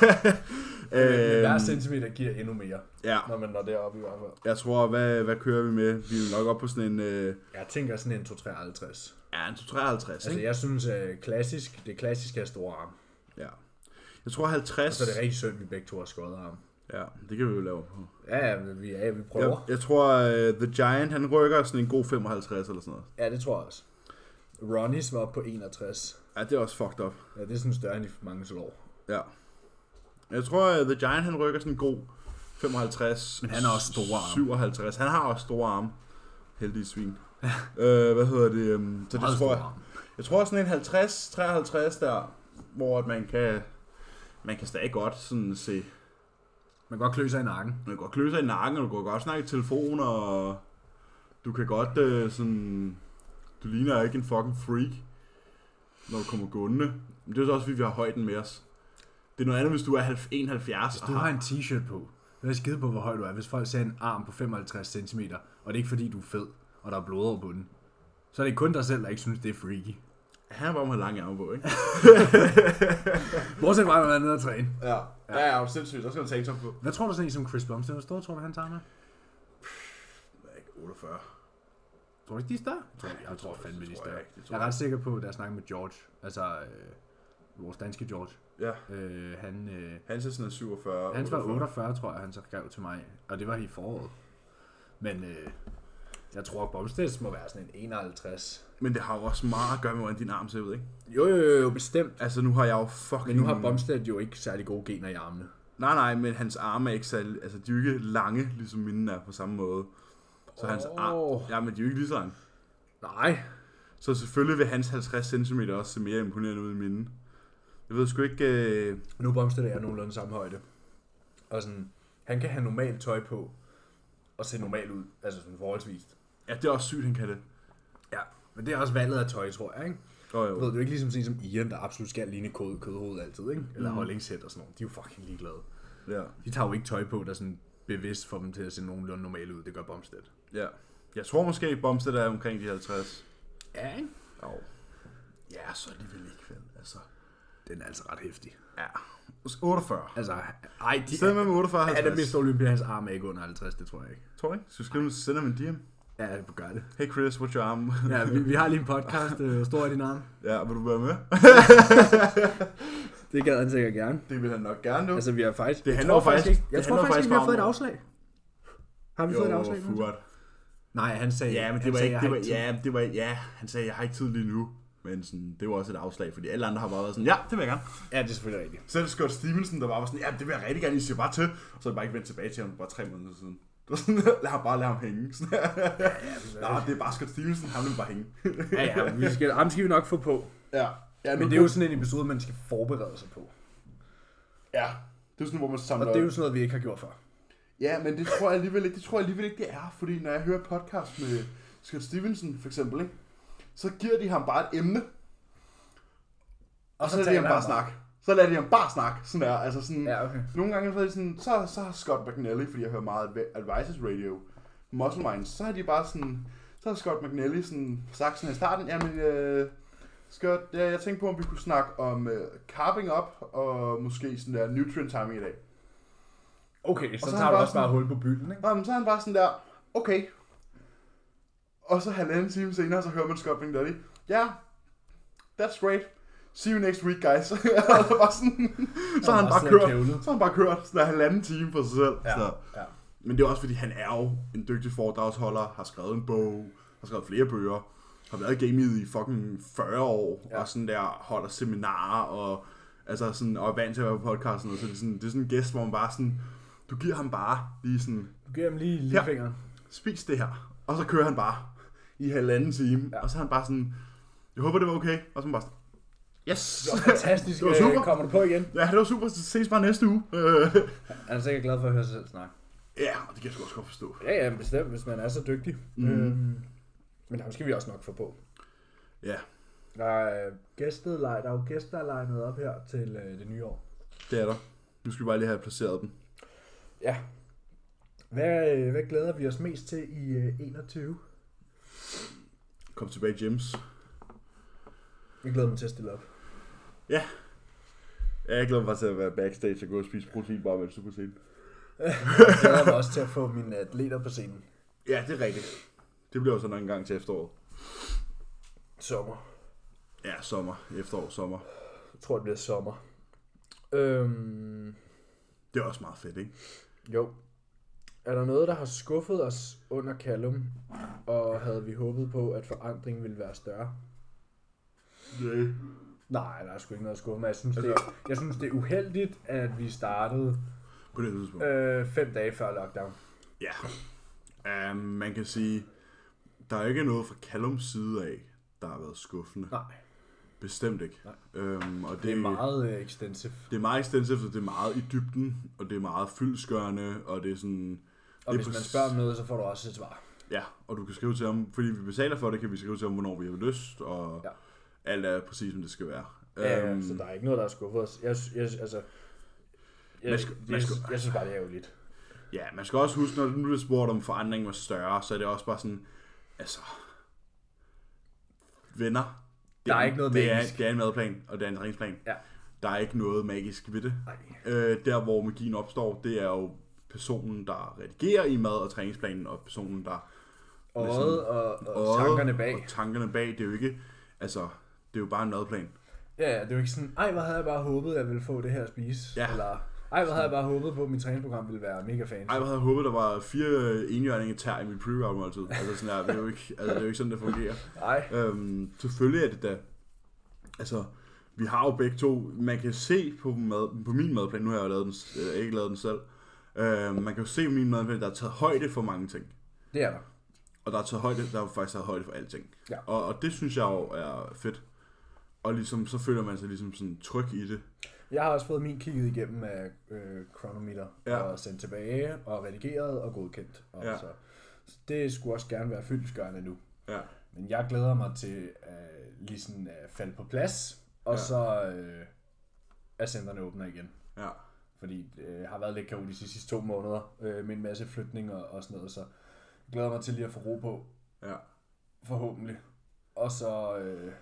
Hver centimeter giver endnu mere, når man når deroppe i hvert fald. Jeg tror, hvad kører vi med? Vi er nok op på sådan en... Jeg tænker sådan en 253. Ja, en 253, altså, ikke? Jeg synes, det klassiske er store arm. Ja. Jeg tror 50... Og så er det rigtig synd, at vi begge to har skåret arm. Ja, det kan vi jo lave på. Ja, vi prøver. Jeg tror, The Giant, han rykker sådan en god 55 eller sådan noget. Ja, det tror jeg også. Ronnies var på 61. Ja, det er også fucked up. Ja, det er sådan større end i mange år. Ja. Jeg tror, The Giant, han rykker sådan en god 55. Men han har også store arme. 57. Han har også store arme. Heldige svin. Hvad hedder det? Så det tror jeg tror sådan en 50-53 der, hvor at man kan stadig godt sådan se... Man kan godt klø sig i nakken. Man kan godt klø sig i nakken, og du kan godt snakke i telefon, og du kan godt sådan... Du ligner ikke en fucking freak, når du kommer gående. Men det er så også, fordi vi har højden med os. Det er noget andet, hvis du er 71. Hvis du har en t-shirt på, så er det skide på, hvor høj du er. Hvis folk ser en arm på 55 cm, og det er ikke fordi, du er fed, og der er blod over bunden, så er det kun dig selv, der ikke synes, det er freaky. Han er bare med lange arme på, ikke? Bortset fra, at man er nede og træne. Ja, jo sindssygt. Der skal man tænke på. Hvad tror du sådan en som Chris Bumstead? Hvor stor tror du, han tager med? Jeg er ikke 48. Tror du ikke, de er større? Jeg tror fandme, de er større. Jeg er ret sikker på, at der snakker med George. Altså, vores danske George. Ja. Han ser sådan 47. Han var 48, tror jeg, han så skrev til mig. Og det var i foråret. Men jeg tror, at Bumstead må være sådan en 51. Men det har jo også meget at gøre med, hvordan din arm ser ud, ikke? Jo, bestemt. Altså, nu har jeg jo fucking... Men nu har Bumstead jo ikke særlig gode gener i armene. Nej, men hans arme er ikke særlig... Altså, de er jo ikke lange, ligesom mine er på samme måde. Så hans arm... Ja, men de er jo ikke lige så lange. Nej. Så selvfølgelig vil hans 50 cm også se mere imponerende ud i mine. Jeg ved sgu ikke... Nu Bumstead er nogenlunde samme højde. Og sådan... Han kan have normalt tøj på og se normal ud. Altså sådan forholdsvist. Ja, det er også sygt, han kan det. Ja, men det er også valget af tøj, tror jeg, ikke? Jo. Ved du ikke ligesom sådan som Ian, der absolut skal ligne kødhoved altid, ikke? Eller holdingshæt og sådan noget. De er jo fucking ligeglade. Ja. De tager jo ikke tøj på, der sådan bevidst får dem til at se nogenlunde normalt ud. Det gør Bumstead. Ja. Jeg tror måske, at Bumstead er omkring de 50. Ja, ikke? Jo. Ja, så alligevel ikke vel. Altså. Den er altså ret hæftig. Ja. 48. Altså, stedet med 48 50. Er det Mr. Olympia, hans arm er ikke under 50, det tror jeg ikke. Tror jeg ikke? Så skriv sender en DM. Ja, det gør det. Hey Chris, what's your arm? Ja, vi har lige en podcast. Hvor stor er din arm? Ja, vil du være med? Det gad han sikkert gerne. Det vil han nok gerne, du. Altså, vi har faktisk... Det handler faktisk ikke. Jeg tror faktisk, vi har fået et afslag. Har vi fået et afslag? Jo, Nej, han sagde... Ja, men det var ikke... Han sagde, jeg har ikke tid lige nu. Men sådan, det var også et afslag, fordi alle andre har bare været sådan, ja, det vil jeg gerne. Ja, det er selvfølgelig rigtigt. Så er det Scott Stevenson, der bare var sådan, ja, det vil jeg rigtig gerne, I siger bare til. Og så er det bare ikke vendt tilbage til ham, bare 3 måneder siden. Det var sådan, lad ham hænge. Nå, det er bare Scott Stevenson, ham vil bare hænge. Ja, ham skal vi nok få på. Ja. Men det er jo sådan en episode, man skal forberede sig på. Ja, det er sådan, hvor man samler... Og det er jo sådan noget, vi ikke har gjort før. Ja, men det tror jeg alligevel ikke, det er. Fordi når jeg hører podcast med Scott Stevenson, for eksempel, ikke? Så giver de ham bare et emne. Og så lader de ham bare snakke. Så lader de ham bare snakke, sådan der, altså sådan, Ja, okay. nogle gange så, sådan, så har Scott McNally, fordi jeg hører meget Advices Radio, Muscle Minds, så har de bare sådan, så har Scott McNally sådan sagt sådan i starten, jamen, Scott, jeg tænkte på, om vi kunne snakke om carving up, og måske sådan der nutrient timing i dag. Okay, så tager du også bare hul på bylden, ikke? Så er han bare sådan der, okay. Og så 1,5 time senere, så hører man Scott McNally, yeah, that's great. See you next week, guys. Så har han bare kørt sådan 1,5 time for sig selv. Ja, så. Ja. Men det er også fordi, han er jo en dygtig foredragsholder, har skrevet en bog, har skrevet flere bøger, har været i gamet i fucking 40 år, og sådan der holder seminarer, og, altså sådan, og er vant til at være på podcasten, så det er sådan en gæst, hvor man bare sådan, du giver ham bare lige sådan... Du giver ham lige lillefingeren. Spis det her. Og så kører han bare i 1,5 time, og så er han bare sådan, jeg håber det var okay, og så er han bare sådan, yes! Det var fantastisk. Det var super. Kommer du på igen? Ja, det var super. Ses bare næste uge. Han er sikkert glad for at høre sig selv snakke. Ja, og det kan jeg sgu også godt forstå. Ja, bestemt, hvis man er så dygtig. Men ham skal vi også nok få på. Ja. Der er jo gæster legnet op her til det nye år. Det er der. Nu skal vi bare lige have placeret dem. Ja. Hvad glæder vi os mest til i 21? Kom tilbage, James. Jeg glæder mig til at stille op. Ja. Jeg glæder mig bare til at være backstage og gå og spise proteinbar, mens du på scenen. Jeg glæder mig også til at få mine atleter på scenen. Ja, det er rigtigt. Det bliver jo så nok en gang til efteråret. Sommer. Ja, sommer. Efterår, sommer. Jeg tror, det bliver sommer. Det er også meget fedt, ikke? Jo. Er der noget, der har skuffet os under Callum, og havde vi håbet på, at forandringen ville være større? Nej, der er sgu ikke noget at skuffe mig. Jeg synes, det er uheldigt, at vi startede på det tidspunkt. 5 dage før lockdown. Ja. Man kan sige, der er ikke noget fra Callums side af, der har været skuffende. Nej. Bestemt ikke. Og det er meget extensive. Det er meget extensive, og det er meget i dybden, og det er meget fyldestgørende, og det er sådan... Og hvis man spørger om noget, så får du også et svar. Ja, og du kan skrive til ham, fordi vi betaler for det, kan vi skrive til ham, hvornår vi har lyst, og alt er præcis, som det skal være. Ja, så der er ikke noget, der er skuffet os. Jeg synes bare, det er ærgerligt. Ja, man skal også huske, når du bliver spurgt om forandringen var større, så er det også bare sådan, altså, venner. Der er ikke noget magisk. Det er en madplan, og det er en træningsplan. Ja. Der er ikke noget magisk ved det. Der, hvor magien opstår, det er jo personen, der redigerer i mad- og træningsplanen, og personen, der... Og tankerne bag. Og tankerne bag, det er jo ikke... Altså, det er jo bare en madplan. Ja, det er jo ikke sådan, hvor havde jeg bare håbet, at jeg ville få det her at spise. Ja. Eller, hvor havde jeg bare håbet på, at mit træningsprogram ville være mega fancy. Hvor havde jeg håbet, der var 4 enhjørninge tær i mit pre-workout måltid. Altså sådan der, det er jo ikke sådan, det fungerer. Nej. Selvfølgelig er det da... Altså, vi har jo begge to... Man kan se på min madplan, nu har jeg jo ikke lavet den selv. Man kan jo se på min madplan, der er taget højde for mange ting. Det er der. Og der er faktisk taget højde for alting. Ja. Og det synes jeg jo er fedt. Og ligesom, så føler man sig ligesom sådan tryg i det. Jeg har også fået min kigget igennem af Chronometer, og sendt tilbage, og redigeret og godkendt. Og så det skulle også gerne være fyldestgørende nu. Ja. Men jeg glæder mig til lige sådan at falde på plads, og så at centrene åbner igen. Ja. Fordi det har været lidt kaotisk de sidste 2 måneder med en masse flytning og sådan noget, så jeg glæder mig til lige at få ro på. Ja. Forhåbentlig. Og så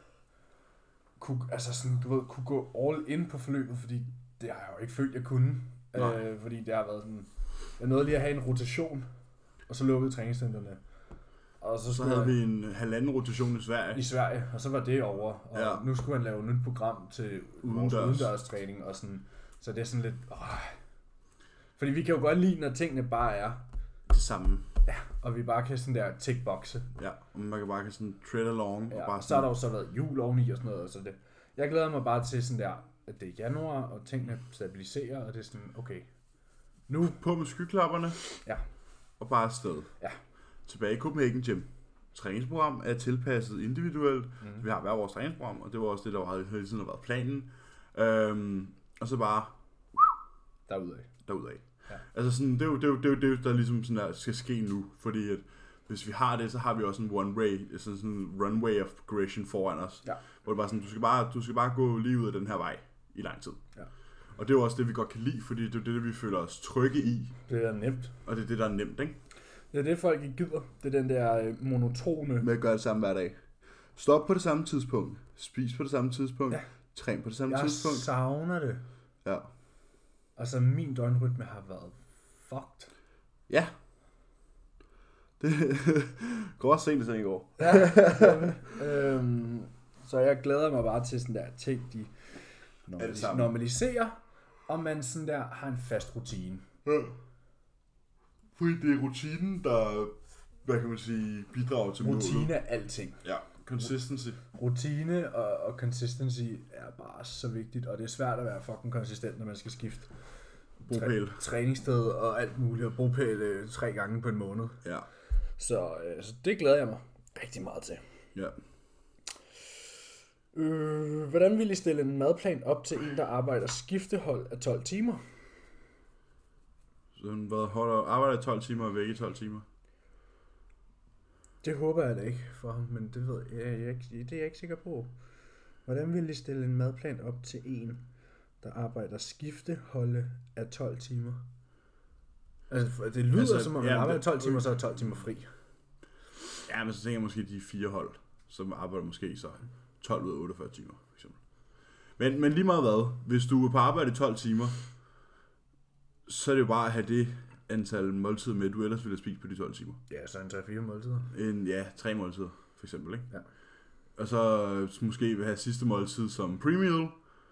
kunne gå all in på forløbet, fordi det har jeg jo ikke følt, jeg kunne. Fordi det har været sådan... Jeg nåede lige at have en rotation, og så lukkede træningscentrene. Og så havde vi en 1,5 rotation i Sverige. I Sverige, og så var det over. Og nu skulle man lave et nyt program til vores udendørstræning og sådan. Så det er sådan lidt... Fordi vi kan jo godt lide, når tingene bare er... Det samme. Ja, og vi bare kan sådan der tick-boxe. Ja, og man kan bare sådan tread along. Ja, og bare så har der jo så været jul oveni og sådan noget. Så det. Jeg glæder mig bare til sådan der, at det er januar, og tingene stabiliserer, og det er sådan, okay. Nu på med skyklapperne. Ja. Og bare afsted. Ja. Tilbage i Copenhagen Gym. Træningsprogram er tilpasset individuelt. Vi har hver vores træningsprogram, og det var også det, der hele tiden har været planen. Og så bare... Derudad. Ja. Altså sådan, det er jo der ligesom sådan der skal ske nu, fordi at hvis vi har det, så har vi også en runway of progression foran os. Ja. Hvor det bare sådan, du skal bare gå lige ud af den her vej i lang tid. Ja. Og det er jo også det, vi godt kan lide, fordi det er det, vi føler os trygge i. Det er nemt. Og det er det, der er nemt, ikke? Det er det, folk ikke gider. Det er den der monotone... Med at gøre det samme hver dag. Stop på det samme tidspunkt. Spis på det samme tidspunkt. Ja. Træn på det samme tidspunkt. Jeg savner det. Ja. Altså, min døgnrytme har været fucked. Ja. Det går også sent i går. Ja. Så jeg glæder mig bare til sådan der ting, de normaliserer, og man sådan der har en fast rutine. Ja. Fordi det er rutinen, der, hvad kan man sige, bidrager til målet. Rutine er alting. Ja, consistency. Rutine og consistency er bare så vigtigt, og det er svært at være fucking konsistent, når man skal skifte bopæl. Træningssted og alt muligt, og bopæl 3 gange på en måned. Ja. Så det glæder jeg mig rigtig meget til. Ja. Hvordan vil I stille en madplan op til en, der arbejder skiftehold af 12 timer? Så han arbejder i 12 timer og væk i 12 timer? Det håber jeg da ikke for ham, men det ved jeg det er jeg ikke sikker på. Hvordan vil I stille en madplan op til en, der arbejder skifteholde af 12 timer? Altså, det lyder som om, man arbejder 12 timer, så er 12 timer fri. Ja, men så tænker jeg måske de 4 hold, som arbejder måske så 12 ud af 48 timer, for eksempel. Men lige meget hvad, hvis du er på arbejde i 12 timer, så er det jo bare at have det antal måltider med, du ellers ville have spist på de 12 timer. Ja, så en 3-4 måltider. 3 måltider, for eksempel, ikke? Ja. Og så måske vil have sidste måltid som pre-meal,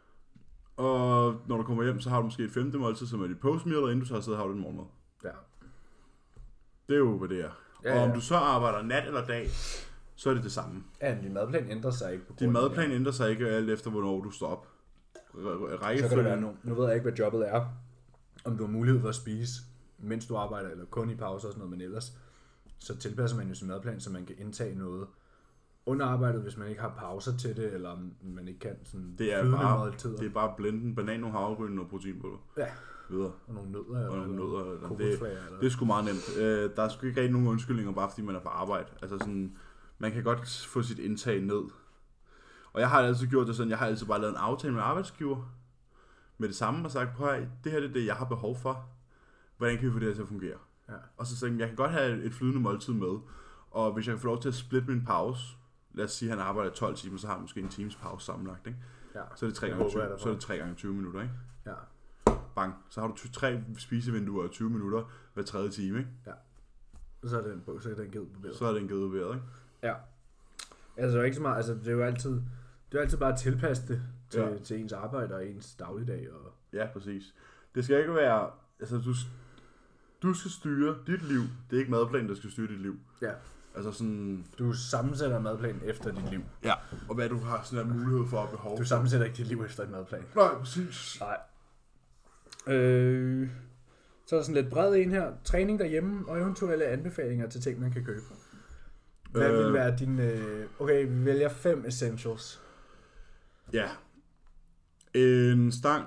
og når du kommer hjem, så har du måske et 5. måltid, som er dit post-meal, og inden du så har siddet, har du en morgenmad. Ja. Det er jo, hvad det er. Ja, og om du så arbejder nat eller dag, så er det det samme. Ja, din madplan ændrer sig ikke. Din madplan ændrer sig ikke alt efter, hvornår du står op. Så kan det være nu ved jeg ikke, hvad jobbet er. Om du har mulighed for at spise, mens du arbejder, eller kun i pauser og sådan noget, men ellers, så tilpasser man jo sin madplan, så man kan indtage noget under arbejdet, hvis man ikke har pauser til det, eller man ikke kan sådan flydende måltider. Det er bare blende en banan, nogle havregryn og proteinpulver. Ja. Videre. Og nogle nødder. Og nogle nødder. Kokosflager. Det er sgu meget nemt. Der er sgu ikke rigtig nogen undskyldninger, bare fordi man er på arbejde. Altså sådan, man kan godt få sit indtag ned. Og jeg har altid gjort det sådan, jeg har altid bare lavet en aftale med arbejdsgiver med det samme og sagt, prøv at det her det er det, jeg har behov for. Hvordan kan vi få det her til at fungere? Ja. Og så sagde jeg kan godt have et flydende måltid med. Og hvis jeg kan få lov til at splitte min pause, lad os sige, at han arbejder 12 timer, så har han måske en times pause sammenlagt, ikke? Ja. Så er det 3 gange 20 minutter, ikke? Ja. Bang. Så har du 3 spisevinduer og 20 minutter hver 3. time, ikke? Ja. Så er den givet barberet. Så er den givet barberet, ikke? Ja. Altså, det er ikke så meget, altså, det er jo altid bare at tilpasse det til ens arbejde og ens dagligdag. Og... Ja, præcis. Det skal ikke være, altså, du skal styre dit liv. Det er ikke madplanen, der skal styre dit liv. Ja. Altså sådan... Du sammensætter madplanen efter dit liv. Ja, og hvad du har sådan en mulighed for at behov. Du sammensætter ikke dit liv efter en madplan. Nej, præcis. Nej. Så er der sådan lidt bred en her. Træning derhjemme og eventuelle anbefalinger til ting, man kan købe. Hvad vil være din... Okay, vi vælger 5 essentials. Ja. En stang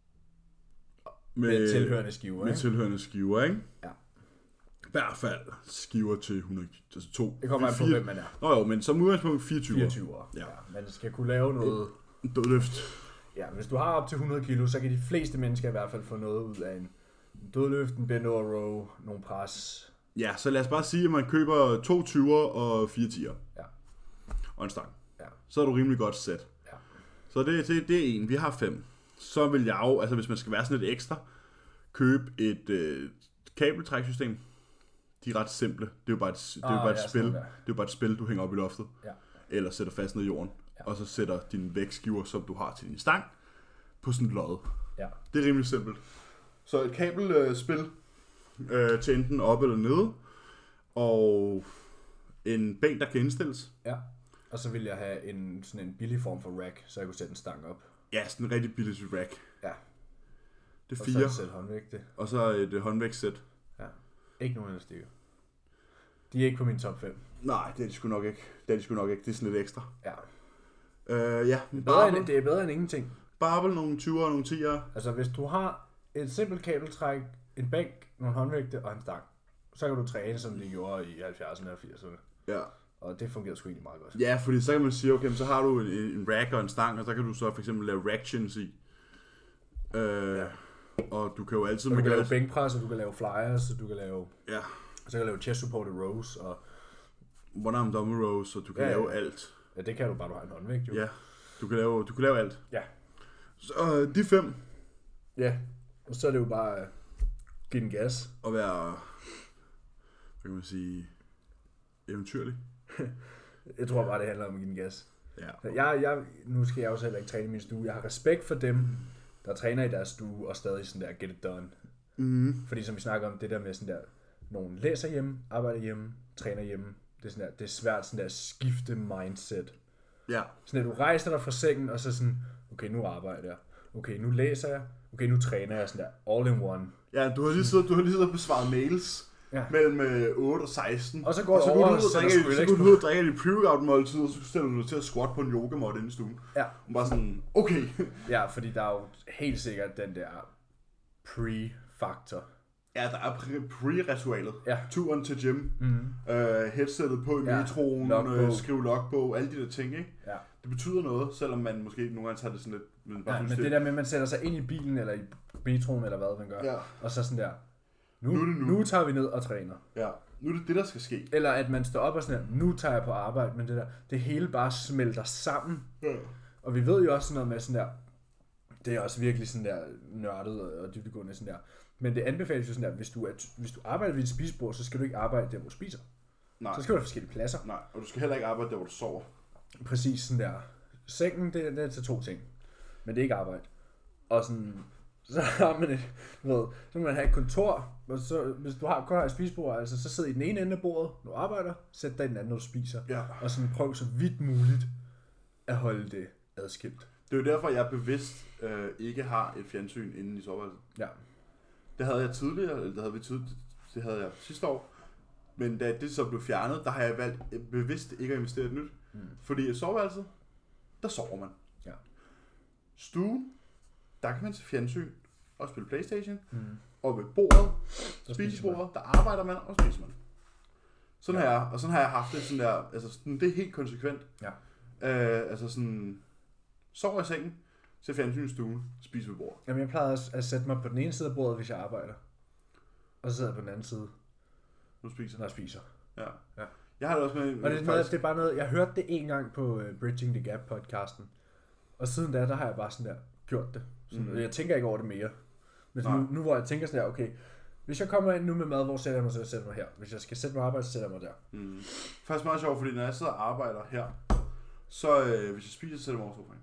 med tilhørende skiver, med tilhørende skiver, ikke? Ja. I hvert fald skiver til 100, altså 2. Det kommer an på, hvem man er. Nå jo, men som udgangspunkt 24. 24 år. Ja. Man skal kunne lave noget... Dødløft. Ja, hvis du har op til 100 kilo, så kan de fleste mennesker i hvert fald få noget ud af en dødløft, en bend over row, nogle pres. Ja, så lad os bare sige, at man køber 2 20'er og 4 10'er. Ja. Og en stang. Ja. Så er du rimelig godt sæt. Ja. Så det er en. Vi har 5. Så vil jeg jo, altså hvis man skal være sådan lidt ekstra, købe et kabeltræksystem. De er ret simple. Det er jo bare et spil. Det er jo bare et spil, du hænger op i loftet. Ja. Eller sætter fast ned i jorden. Ja. Og så sætter dine vægtskiver, som du har til din stang, på sådan et lod. Ja. Det er rimelig simpelt. Så et kabelspil til enten op eller nede. Og en bænk, der kan indstilles. Ja. Og så vil jeg have sådan en billig form for rack, så jeg kunne sætte en stang op. Ja, sådan en rigtig billig rack. Ja. Det er 4. Og så et sæt håndvægte. Og så et håndvægtssæt. Ja. Ikke nogen elastikker. De er ikke på min top 5. Nej, det er de sgu nok ikke. Det er sådan lidt ekstra. Ja. Ja. Det er bedre end ingenting. Barbel, nogle 20'er og nogle 10'er. Altså, hvis du har et simpelt kabeltræk, en bænk, nogle håndvægte og en stang, så kan du træne, som de gjorde i 70'erne og 80'erne. Ja. Og det fungerer sgu egentlig meget godt. Ja, fordi så kan man sige, okay, så har du en rack og en stang, og så kan du så for eksempel lave rack chins i. Og du kan jo altid... Og du kan lave bænkpres, og du kan lave flyers, og du kan lave... Ja. Og så kan du lave chest supported rows, og... One-arm dumbbell rows, og du kan lave alt. Ja, det kan du bare, du har en håndvægt, jo. Ja, du kan lave alt. Ja. Så de 5. Ja, og så er det jo bare give den gas. Og være, hvad kan man sige, eventyrlig. Jeg tror bare, det handler om at give den gas. Ja. Nu skal jeg også heller ikke træne i min stue. Jeg har respekt for dem, der træner i deres stue, og stadig sådan der, get it done. Mm. Fordi som vi snakker om, det der med sådan der, nogen læser hjemme, arbejder hjemme, træner hjemme. Det er, sådan der, det er svært sådan der at skifte mindset. Ja. Sådan at du rejser dig fra sengen, og så sådan, okay, nu arbejder jeg. Okay, nu læser jeg. Okay, nu træner jeg sådan der, all in one. Ja, du har lige siddet og besvaret mails mellem 8 og 16. Og så går du over og så går du ud og drikker dit pre-workout måltid, og så stiller du dig til at squat på en yogamåtte inde i stuen. Ja. Og bare sådan, okay. Ja, fordi der er jo helt sikkert den der pre-faktor. Ja, der er pre-ritualet. Ja. Turen til gym. Headsettet på i metroen, skrive logbog, alle de der ting, ikke? Ja. Det betyder noget, selvom man måske nogle gange tager det sådan lidt... Men det der med, at man sætter sig ind i bilen, eller i metroen, eller hvad man gør, og så sådan der, nu tager vi ned og træner. Ja, nu er det det, der skal ske. Eller at man står op og sådan der, nu tager jeg på arbejde, men det hele bare smelter sammen. Ja. Og vi ved jo også sådan noget med sådan der, det er også virkelig sådan der nørdet og dybdegående sådan der. Men det anbefales jo sådan der, hvis du arbejder ved et spisebord, så skal du ikke arbejde der, hvor du spiser. Nej. Så skal du have forskellige pladser. Nej, og du skal heller ikke arbejde der, hvor du sover. Præcis sådan der. Sengen, det er til 2 ting. Men det er ikke arbejde. Og sådan, så har man så kan man have et kontor, og så, hvis du kun har et spisebord, altså, så sidder i den ene ende af bordet, når du arbejder, sæt dig i den anden, når du spiser. Ja. Og sådan prøv så vidt muligt at holde det adskilt. Det er jo derfor, jeg bevidst ikke har et fjernsyn inde i soveværelset. Ja. Det havde jeg tidligere, eller det havde jeg sidste år. Men da det så blev fjernet, der har jeg valgt bevidst ikke at investere et nyt. Fordi i soveværelset, der sover man. Ja. Stuen, der kan man se fjernsyn og spille PlayStation. Og ved bordet, spisebordet, der arbejder man og spiser man. Sådan har jeg haft det sådan der, altså sådan, det er helt konsekvent. Ja. Altså sådan, sover i sengen, ser fjernsyn i stuen, spiser ved bordet. Jamen jeg plejer at sætte mig på den ene side af bordet, hvis jeg arbejder. Og så sidder jeg på den anden side. Når jeg spiser. Ja. Jeg har det også med... Og det er bare noget, jeg hørte det en gang på Bridging the Gap podcasten. Og siden da, der har jeg bare sådan der gjort det. Jeg tænker ikke over det mere. Men nu hvor jeg tænker sådan der, okay, hvis jeg kommer ind nu med mad, hvor sætter jeg mig, så sætter jeg mig her. Hvis jeg skal sætte mig arbejde, så sætter jeg mig der. Faktisk meget sjovt, fordi når jeg sidder og arbejder her, så hvis jeg spiser, så sætter jeg mig over sofaen.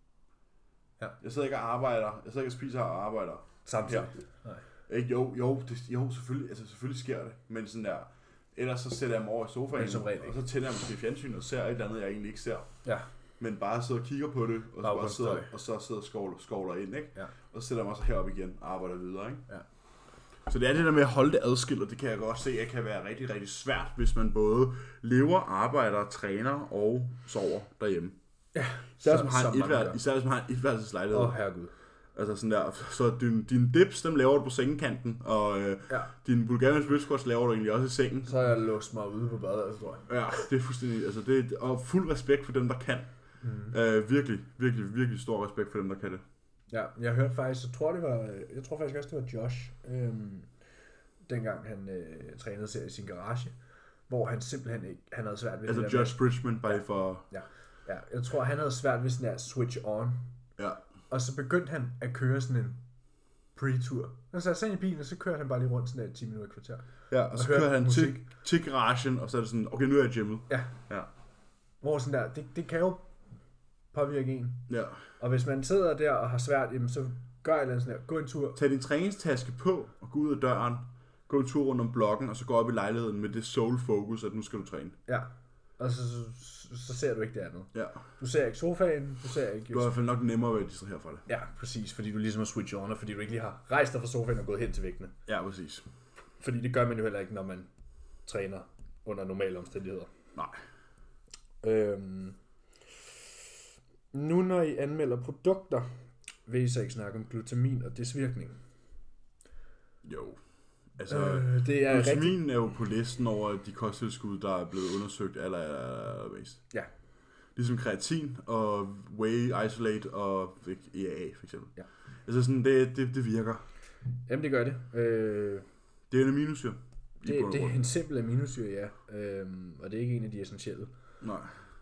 Ja. Jeg sidder ikke og spiser og arbejder. Samtidig? Nej. Jo, selvfølgelig, altså selvfølgelig sker det, men sådan der, ellers så sætter jeg mig over i sofaen, og så tænder jeg måske fjernsyn og ser et eller andet, jeg egentlig ikke ser. Ja. Men bare sidder og kigger på det, og så sidder og skovler ind, ikke? Ja. Og så sætter jeg mig så herop igen og arbejder videre, ikke? Ja. Så det er det der med at holde det adskilt, og det kan jeg godt se, at kan være rigtig, rigtig svært, hvis man både lever, arbejder, træner og sover derhjemme. Ja. Især hvis man har en etværelseslejlighed. Herregud. Altså sådan der, så dine dips, dem laver du på sengekanten, og dine Bulgarian split squats laver du egentlig også i sengen. Så har jeg låst mig ude på badet, tror jeg. Ja, det er fuldstændig, altså det og fuld respekt for dem, der kan. Virkelig, virkelig, virkelig stor respekt for dem, der kan det. Ja, jeg hørte faktisk, jeg tror faktisk også, det var Josh, dengang han trænede sig i sin garage, hvor han simpelthen ikke, han havde svært ved altså det der. Altså Josh Bridgman, bare for... Ja, jeg tror, han havde svært ved sådan der switch on. Ja. Og så begyndte han at køre sådan en pre-tur. Han satte sig ind i bilen, og så kørte han bare lige rundt sådan der 10 minutter kvarter. Ja, og så kører han til garagen, og så er det sådan, okay, nu er jeg i gymmet. Ja. Hvor sådan der, det kan jo påvirke en. Ja. Og hvis man sidder der og har svært, jamen, så gør et eller andet sådan der, gå en tur. Tag din træningstaske på, og gå ud af døren, gå en tur rundt om blokken, og så gå op i lejligheden med det sole fokus, at nu skal du træne. Ja. Og så ser du ikke det andet. Ja. Du ser ikke sofaen, du ser ikke... Du har i hvert fald nok nemmere ved at distrahere fra det. Ja, præcis, fordi du ligesom har switch on, og fordi du ikke lige har rejst dig fra sofaen og gået hen til væggene. Ja, præcis. Fordi det gør man jo heller ikke, når man træner under normale omstændigheder. Nej. Nu når I anmelder produkter, vil I så ikke snakke om glutamin og dets virkning? Jo. Altså, glutamin er jo på listen over de kosttilskud, der er blevet undersøgt allermest. Ja. Ligesom kreatin og whey isolate og EAA for eksempel. Ja. Altså sådan, det virker. Jamen det gør det. Det er en aminosyre. Det er en simpel aminosyre, ja. Og det er ikke en af de essentielle. Nej.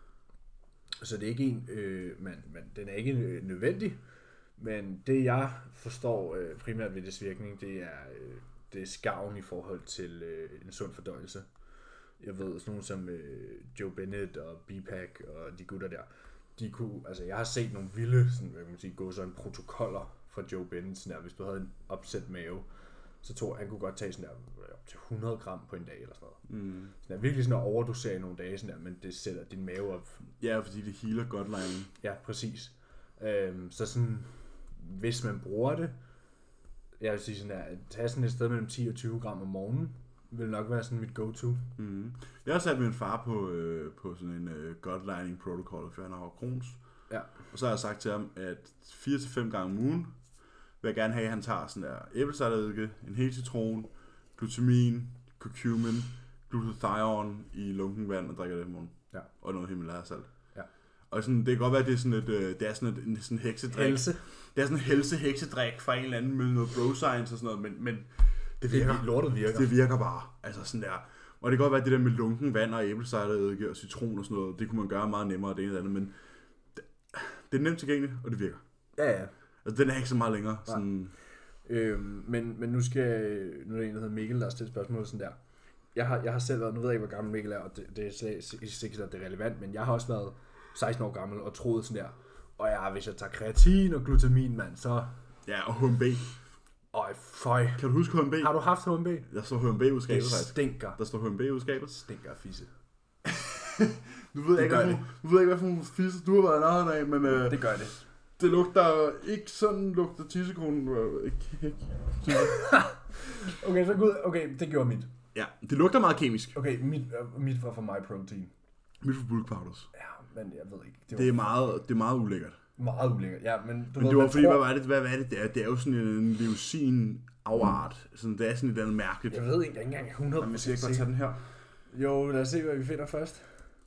Så det er ikke en, den er ikke nødvendig, men det jeg forstår primært ved dets virkning, det er skavn i forhold til en sund fordøjelse. Jeg ved, sådan nogle som Joe Bennett og BPAC og de gutter der, de kunne, altså jeg har set nogle vilde, sådan, hvad kan man sige, gå sådan protokoller fra Joe Bennett, sådan der, hvis du havde en opsat mave, så tror jeg, han kunne godt tage sådan der op til 100 gram på en dag eller sådan noget. Mm. Sådan der, virkelig sådan at overdosere i nogle dage, sådan der, men det sætter din mave op. Ja, fordi det healer godlining. Ja, præcis. Så sådan, hvis man bruger det, jeg vil sige sådan der, at tage sådan et sted mellem 10 og 20 gram om morgenen, vil nok være sådan mit go-to. Mm. Jeg har sat min far på sådan en godlining protocol, for han har Crohn's. Ja. Og så har jeg sagt til ham, at 4-5 gange om ugen vil jeg gerne have, at han tager sådan der æblecideredike, en hel citron, glutamin, curcumin, glutathione i lunken vand og drikker det i morgen. Ja. Og noget Himalaya-salt. Ja. Og sådan, det kan godt være, at det er sådan et, det er sådan en sådan heksedrik. Helse. Det er sådan en heksedrik fra en eller anden med noget bro science og sådan noget, men det virker. Lortet virker. Det virker bare. Altså sådan der. Og det kan godt være, at det der med lunken vand og æblecideredike og citron og sådan noget, det kunne man gøre meget nemmere det ene eller andet, men det er nemt tilgængeligt, og det virker. Ja, ja. Altså, den er ikke så meget længere. Sådan... Men nu er der en, der hedder Mikkel, der har stillet spørgsmål sådan der. Jeg har selv været, nu ved jeg ikke, hvor gammel Mikkel er, og det er slet ikke, at det er relevant, men jeg har også været 16 år gammel og troet sådan der, og ja, hvis jeg tager kreatin og glutamin, mand, så... Ja, og HMB. Øj, føj. Kan du huske HMB? Har du haft HMB? Der står HMB ud skabet, faktisk. Det stinker. Der står HMB ud skabet. Stinker af fisse. Nu ved jeg ikke, hvad for nogle fisse du har været nærheden af, men... det gør det. Det lugter ikke sådan, lugter tissekronen. Ikke. Okay, så gud. Okay, det gjorde mit. Ja, det lugter meget kemisk. Okay, mit var for mig protein. Mit for bulk powders. Ja, men jeg ved ikke. Det er meget ulækkert. Meget ulækkert, ja, men... Men det var fordi, hvad var det der? Det er jo sådan en leucin afart. Sådan, det er sådan et eller andet mærkeligt. Jeg ved ikke engang 100%. Jamen, jeg skal ikke bare tage den her. Jo, lad os se, hvad vi finder først.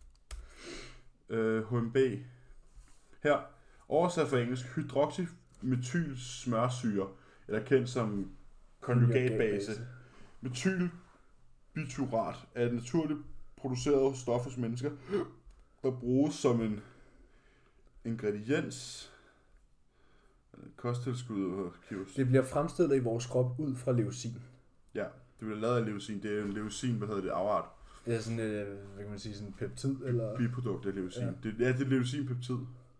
HMB. Her. Oversat fra engelsk, hydroxymethylsmørsyre, eller kendt som konjugatbase. Methylbutyrat er et naturligt produceret stof hos mennesker, der bruges som en ingrediens, kosttilskud og kiosk. Det bliver fremstillet i vores krop ud fra leucin. Ja, det bliver lavet af leucin. Det er en leucin, afart. Det er sådan, hvad kan man sige, sådan en peptid, eller? Biprodukt af leucin. Ja. Det er leucin-peptid.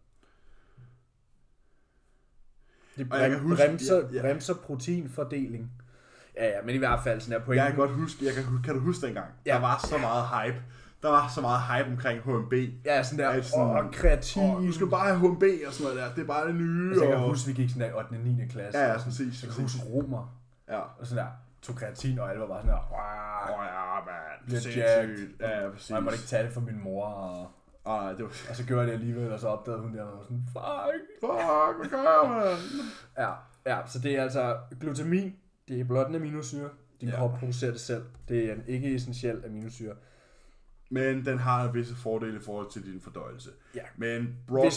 Det bremser proteinfordeling. Ja, men i hvert fald sådan her point. Jeg kan godt huske, kan du huske dengang? Ja. Der var så meget hype. Omkring HMB. Ja, sådan der, og kreatin. Du skal bare have HMB og sådan noget der. Det er bare det nye. Altså, jeg kan huske, vi gik sådan der i 8. og 9. klasse. Ja, præcis. Jeg kan huske romer. Ja. Og sådan der, tog kreatin, og alle var bare sådan der, ja, man. Bliver jacked. Ja, præcis. Og jeg måtte ikke tage det for min mor, og så gjorde jeg det alligevel, og så opdagede hun der, og var sådan, fuck, hvad gør man? Ja, så det er altså glutamin, det er blot en aminosyre, din krop producerer det selv, det er en ikke essentiel aminosyre. Men den har visse fordele i forhold til din fordøjelse. Ja. Men broad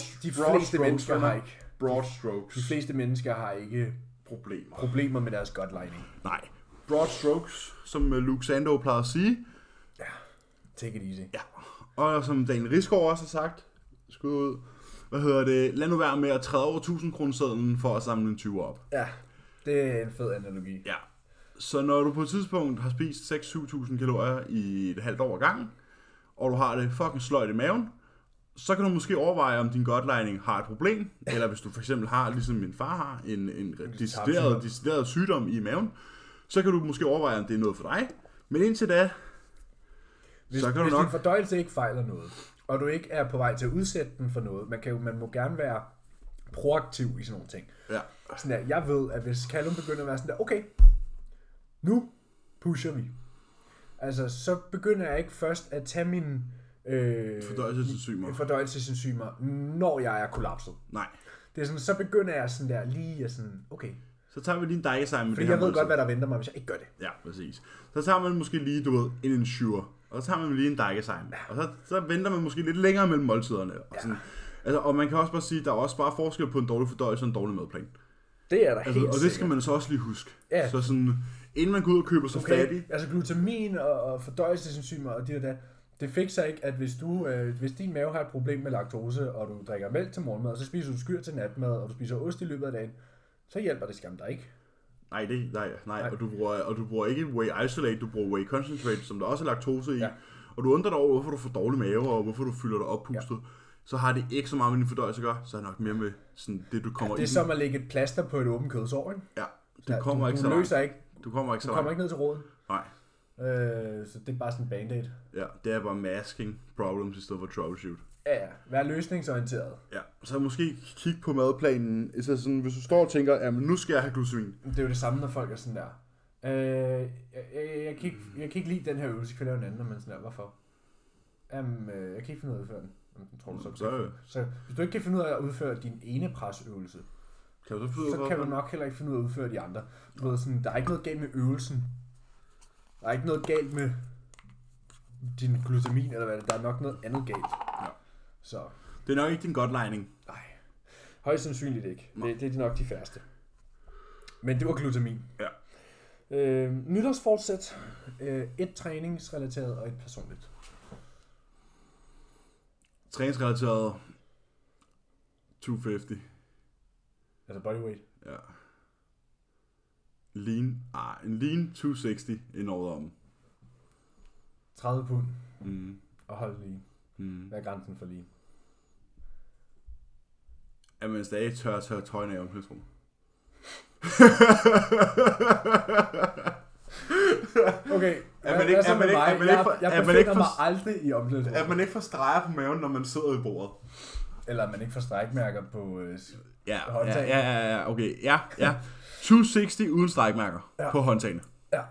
strokes. De fleste mennesker har ikke problemer med deres gut lining. Nej. Broad strokes, som Luke Sandow plejer at sige. Ja, take it easy. Ja. Og som Daniel Rigsgaard også har sagt, skud ud, lad nu være med at træde over 1000 kronesedlen for at samle en 20 op. Ja, det er en fed analogi. Ja. Så når du på et tidspunkt har spist 6-7.000 kalorier i et halvt år ad gangen, og du har det fucking sløjt i maven, så kan du måske overveje, om din godlining har et problem, eller hvis du for eksempel har, ligesom min far har, en decideret sygdom i maven, så kan du måske overveje, om det er noget for dig. Men indtil da, hvis din fordøjelse ikke fejler noget, og du ikke er på vej til at udsætte den for noget, man må gerne være proaktiv i sådan nogle ting. Ja. Sådan der, jeg ved, at hvis Callum begynder at være sådan der, okay, nu pusher vi. Altså, så begynder jeg ikke først at tage mine fordøjelsesenzymer, når jeg er kollapset. Nej. Det er sådan, så begynder jeg sådan der lige at sådan, okay. Så tager vi lige en dejsejm med fordi det her. Fordi jeg ved godt, hvad der venter mig, hvis jeg ikke gør det. Ja, præcis. Så tager man måske lige, en Ensure Og så tager man lige en Daigasign. Og så venter man måske lidt længere mellem måltiderne. Og, sådan. Altså, og man kan også bare sige, at der er også bare forskel på en dårlig fordøjelse og en dårlig madplan. Det er der altså, helt og det skal man så også lige huske. Ja. Så sådan, inden man går ud og køber sig fattig. Altså glutamin og fordøjelsesenzymer og det fikser ikke, at hvis din mave har et problem med laktose, og du drikker mælk til morgenmad, og så spiser du skyr til natmad, og du spiser ost i løbet af dagen, så hjælper det skam dig ikke. Nej. Og du bruger ikke whey isolate, du bruger whey concentrate, som der også er laktose i. Ja. Og du undrer dig over, hvorfor du får dårlig mave, og hvorfor du fylder dig oppustet. Ja. Så har det ikke så meget med din fordøjelse at gøre, så er det nok mere med sådan det, du kommer i. Det er som at lægge et plaster på et åbent kødsår, ikke? Ja, du kommer ikke så langt. Du kommer ikke ned til roden. Nej. Så det er bare sådan en band-aid. Ja, det er bare masking problems i stedet for troubleshoot. Ja, vær løsningsorienteret. Ja, så måske kigge på madplanen. Så sådan, hvis du står og tænker, jamen nu skal jeg have glutamin. Det er jo det samme, når folk er sådan der. Jeg kan ikke lide den her øvelse, jeg kan lave en anden, men sådan der, hvorfor? Jeg kan ikke finde ud af at udføre den. Tror du så hvis du ikke kan finde ud af at udføre din ene presøvelse, så kan du nok heller ikke finde ud af at udføre de andre. Du ved, sådan, der er ikke noget galt med øvelsen. Der er ikke noget galt med din glutamin, eller hvad det. Der er nok noget andet galt. Ja. Så. Det er nok ikke din godlining. Nej, højst sandsynligt ikke. Det er nok de færreste. Men det var glutamin. Ja. Nytårsfortsæt. Et træningsrelateret og et personligt. Træningsrelateret 250. Altså bodyweight? Ja. En lean 260 i året om. 30 pund. Og hold lean. Hvad er grænsen for lean? At man stadig tør tøjne af omklædningsrummet. Okay, jeg befinder mig aldrig i omklædningsrummet. At man ikke får streger på maven, når man sidder i bordet. Eller at man ikke får strækmærker på håndtagen. Ja, okay. Ja. 260 uden strækmærker på håndtagene. Ja.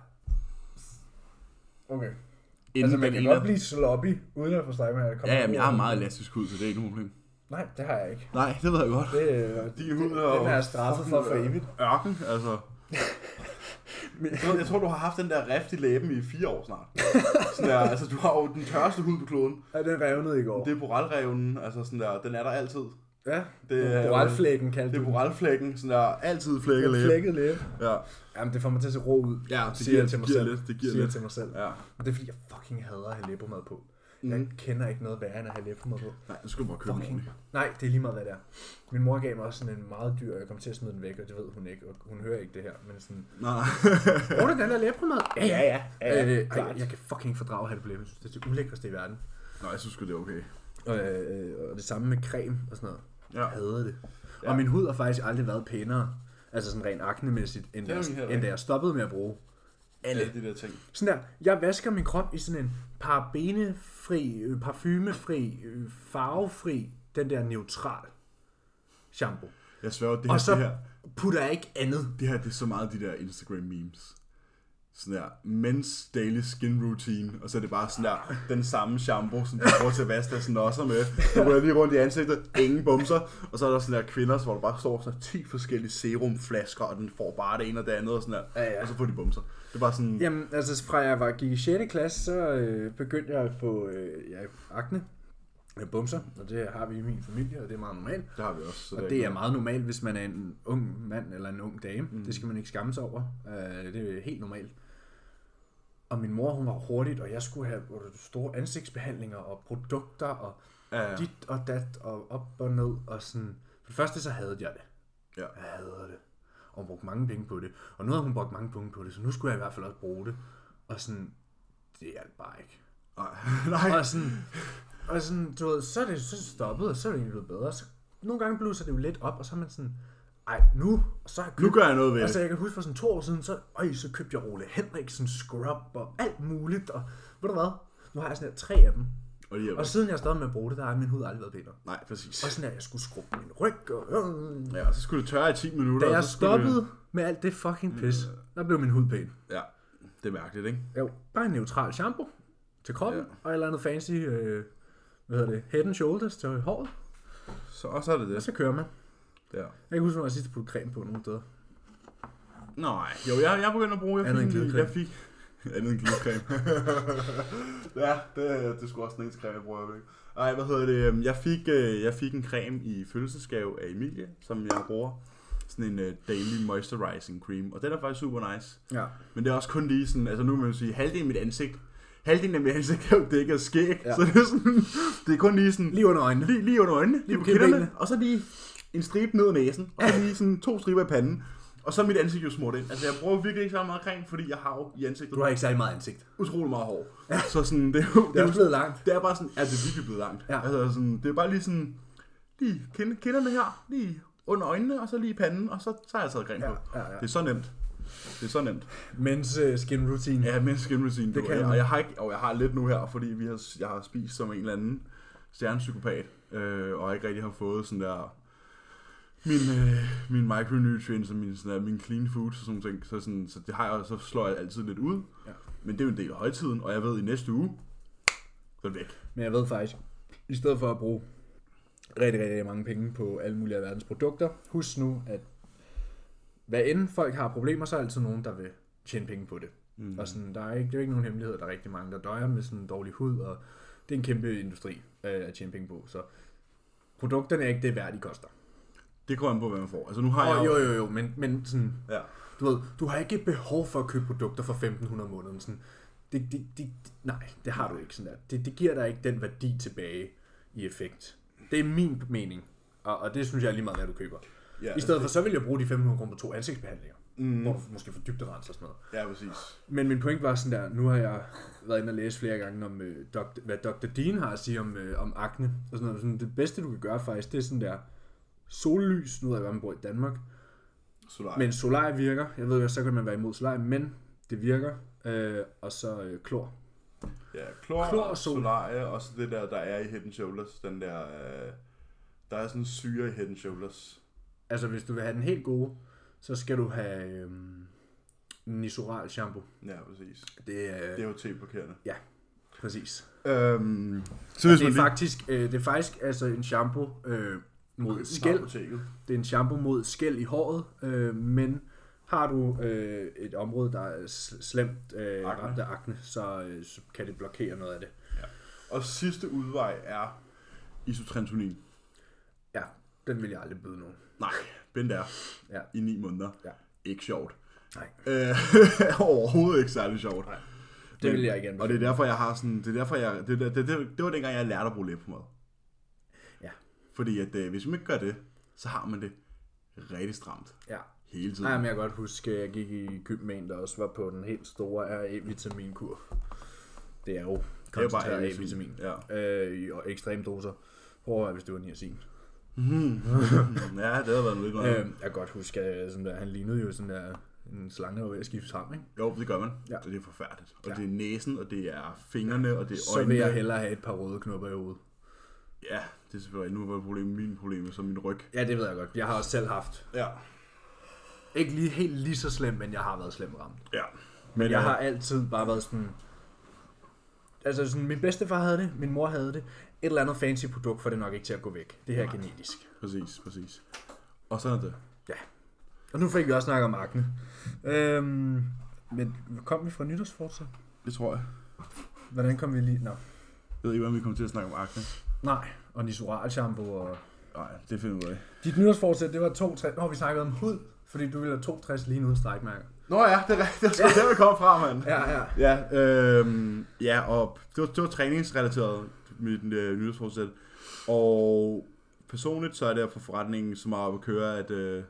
Okay. Altså man kan godt blive sloppy uden at få strækmærker. Ja, men jeg har meget elastisk hud, så det er ikke noget problem. Nej, det har jeg ikke. Nej, det ved jeg godt. Din hud den er straffet for evigt. Ørken, altså. Jeg tror, du har haft den der rift i læben i 4 år snart. Sådan der, altså, du har jo den tørreste hud på kloden. Ja, den revnede i går. Det er borrelrevnen, altså sådan der, den er der altid. Ja, borrelflækken kaldte det. Det er borrelflækken, sådan der, altid flækket læbe. Flækket læbe. Ja. Jamen, det får mig til at se rå ud. Ja, det giver lidt. Til mig selv. Ja. Og det er fordi, jeg fucking hader at have læbermad på. Jeg kender ikke noget værre end at have læbermad på. Nej, det skulle du bare købe ordentligt. Nej, det er lige meget, hvad det er. Min mor gav mig også sådan en meget dyr, og jeg kom til at smide den væk, og det ved hun ikke, og hun hører ikke det her, men sådan... Nej. Bruger du den der læbermad? Ja. Jeg kan fucking ikke fordrage at have det på læben. Det er det ulækreste i verden. Nej, jeg synes det er okay. Og det samme med creme og sådan noget. Ja. Jeg hader det. Ja. Og min hud har faktisk aldrig været pænere, altså sådan rent aknemæssigt, end da jeg stoppede med at bruge alle de der ting. Sådan der, jeg vasker min krop i sådan en parabenefri, parfumefri, farvefri, den der neutral shampoo. Jeg sværger, det her... Og så det her, putter jeg ikke andet. Det her, det er så meget de der Instagram memes. Sådan der, men's daily skin routine, og så er det bare sådan der, den samme shampoo, som du bruger til at vaske der sådan også med. Så ryger lige rundt i ansigtet, ingen bumser, og så er der sådan der kvinder, hvor der bare står sådan 10 forskellige serumflasker, og den får bare det ene og det andet, og sådan der, ja. Og så får de bumser. Det er bare sådan... Jamen, altså fra jeg gik i 6. klasse, så begyndte jeg at få akne. Bumser, og det har vi i min familie, og det er meget normalt. Det har vi også. Og det er meget normalt, hvis man er en ung mand eller en ung dame. Det skal man ikke skamme sig over. Det er helt normalt. Og min mor, hun var hurtigt, og jeg skulle have store ansigtsbehandlinger og produkter og dit og dat og op og ned og sådan. For det første så havde jeg det. Ja. Jeg havde det. Og hun brugte mange penge på det. Og nu havde hun brugt mange penge på det, så nu skulle jeg i hvert fald også bruge det. Og sådan, det hjalp bare ikke. Nej. Og sådan, du ved, så er det så stoppet, og så er det egentlig blevet bedre. Så nogle gange blusser det jo lidt op, og så er man sådan, nu, og så har jeg købt, nu gør jeg noget ved det. Altså jeg kan huske for sådan 2 år siden, så købte jeg Ole Henriksen scrub og alt muligt, og ved du hvad, nu har jeg sådan her 3 af dem. Og siden jeg stoppede med at bruge det, der har min hud aldrig været pænere. Nej, præcis. Og sådan at jeg skulle skrubbe min ryg, og ja, så skulle det tørre i 10 minutter. Da jeg stoppede med alt det fucking pis, der blev min hud pæn. Ja, det er mærkeligt, ikke? Jo, bare en neutral shampoo til kroppen, og et eller andet fancy, head and shoulders til håret. Så er det det. Og så kører man. Ja. Jeg kan huske, når jeg sidst putte creme på nogle steder. Nej, jo, jeg begyndte at bruge, jeg Andet end glidecreme. Ja, det skulle også den eneste creme, jeg bruger. Ej, hvad hedder det? Jeg fik en creme i fødselsdagsgave af Emilie, som jeg bruger. Sådan en daily moisturizing cream. Og den er faktisk super nice. Ja. Men det er også kun lige sådan, altså nu må man sige, halvdelen af mit ansigt er jo dækket af skæg. Ja. Så det er sådan, det er kun lige sådan... Lige under øjnene. Lige under øjnene, lige på kinderne. Og så lige en stribe ned ad næsen. Og så lige sådan 2 striber i panden. Og så er mit ansigt jo smurt ind. Altså jeg bruger virkelig ikke så meget creme, fordi jeg har jo i ansigtet... Du har ikke særlig meget ansigt. Utrolig meget hår. Ja. Så sådan, det er jo... Det er blevet langt. Det er bare sådan, det er virkelig blevet langt. Ja. Altså sådan, det er bare lige sådan... Lige kinderne her, lige under øjnene, og så lige i panden, og så har jeg taget creme på. Ja. Det er så nemt. Det er så nemt. Mens skin routine. Ja, mens skin routine. Det kan og jeg har lidt nu her, fordi jeg har spist som en eller anden stjernepsykopat, og ikke rigtig har fået sådan der min micronutrients og min clean food og sådan ting. Så det har jeg, så slår jeg altid lidt ud. Ja. Men det er jo en del af højtiden, og jeg ved i næste uge, så er det væk. Men jeg ved faktisk, i stedet for at bruge rigtig, rigtig mange penge på alle mulige af verdens produkter, husk nu, at hvad end folk har problemer, så er altid nogen, der vil tjene penge på det. Mm. Og sådan, det er ikke nogen hemmelighed, der er rigtig mange, der døjer med sådan en dårlig hud, og det er en kæmpe industri at tjene penge på. Så produkterne er ikke det værd, de koster. Det kommer an på, hvad man får. Altså nu har jeg jo, men sådan, ja. Du ved, du har ikke behov for at købe produkter for 1.500 måneder. Sådan, nej, det har du ikke sådan der. Det giver dig ikke den værdi tilbage i effekt. Det er min mening, og det synes jeg er lige meget, hvad du køber. Ja, i stedet for, så vil jeg bruge de 500 kroner på 2 ansigtsbehandlinger, hvor du måske får dybderens og sådan noget. Ja, præcis. Men min point var sådan der, nu har jeg været inde og læse flere gange om, hvad Dr. Dean har at sige om akne. Og sådan noget. Sådan, det bedste, du kan gøre faktisk, det er sådan der sollys. Nu ved jeg, hvad man bor i Danmark. Solar. Men solar virker. Jeg ved jo, så kan man være imod solar, men det virker. Og så klor. Ja, klor og solarie, og så det der er i Head & Shoulders. Den der, der er sådan en syre i Head & Shoulders. Altså, hvis du vil have den helt gode, så skal du have Nisoral shampoo. Ja, præcis. Det er jo te-blokerende. Ja, præcis. Så det er faktisk altså en shampoo mod skæl. Det er en shampoo mod skæl i håret, men har du et område, der er slemt ramt af akne, så kan det blokere noget af det. Ja. Og sidste udvej er isotrentonin. Ja, den vil jeg aldrig byde nogen. Nej, bind der i 9 måneder. Ja. Ikke sjovt. Nej. Overhovedet ikke særlig sjovt. Nej. Det vil jeg ikke anbefale. Og det er derfor, jeg har sådan... Det var dengang, jeg lærte at bruge læbepomade. Ja. Fordi at hvis man ikke gør det, så har man det rigtig stramt. Ja. Hele tiden. Nej, men jeg kan godt huske, at jeg gik i gym med en, der også var på den helt store RA-vitaminkur. Det er jo koncentreret A-vitamin. Ja. I ekstrem doser. Prøv hvis det var niacin. Ja, det havde været lidt meget. Jeg kan godt huske, at sådan der, han lignede jo sådan der en slange, der var ved at skifte ham, ikke? Jo, det gør man. Ja. Det er forfærdeligt. Og det er næsen, og det er fingrene, og det er øjnene. Så vil jeg hellere have et par røde knopper i hovedet. Ja, det er selvfølgelig nu var min problem så min ryg. Ja, det ved jeg godt. Jeg har også selv haft. Ja. Ikke helt lige så slemt, men jeg har været slemt ramt. Ja. Men jeg har altid bare været sådan... Altså sådan, min bedstefar havde det, min mor havde det. Et eller andet fancy produkt får det nok ikke til at gå væk. Det her er genetisk. Præcis. Og sådan er det. Ja. Og nu fik vi også snakket om akne. Men kom vi fra nytårsforsæt? Det tror jeg. Hvordan kom vi lige... Nå. Jeg ved ikke, hvordan vi kommer til at snakke om akne. Nej, og Nisoral shampoo og... Nej, det finder vi ud af. Dit nytårsforsæt, det var 62... Nå, vi snakkede om hud, fordi du ville have 62 lige uden strækmærker. Nå ja, det er rigtigt. Det er der, vi kom fra, mand. Ja. Og det var træningsrelateret mit nytårsforsæt. Og personligt, så er det for forretningen så meget at køre, at jeg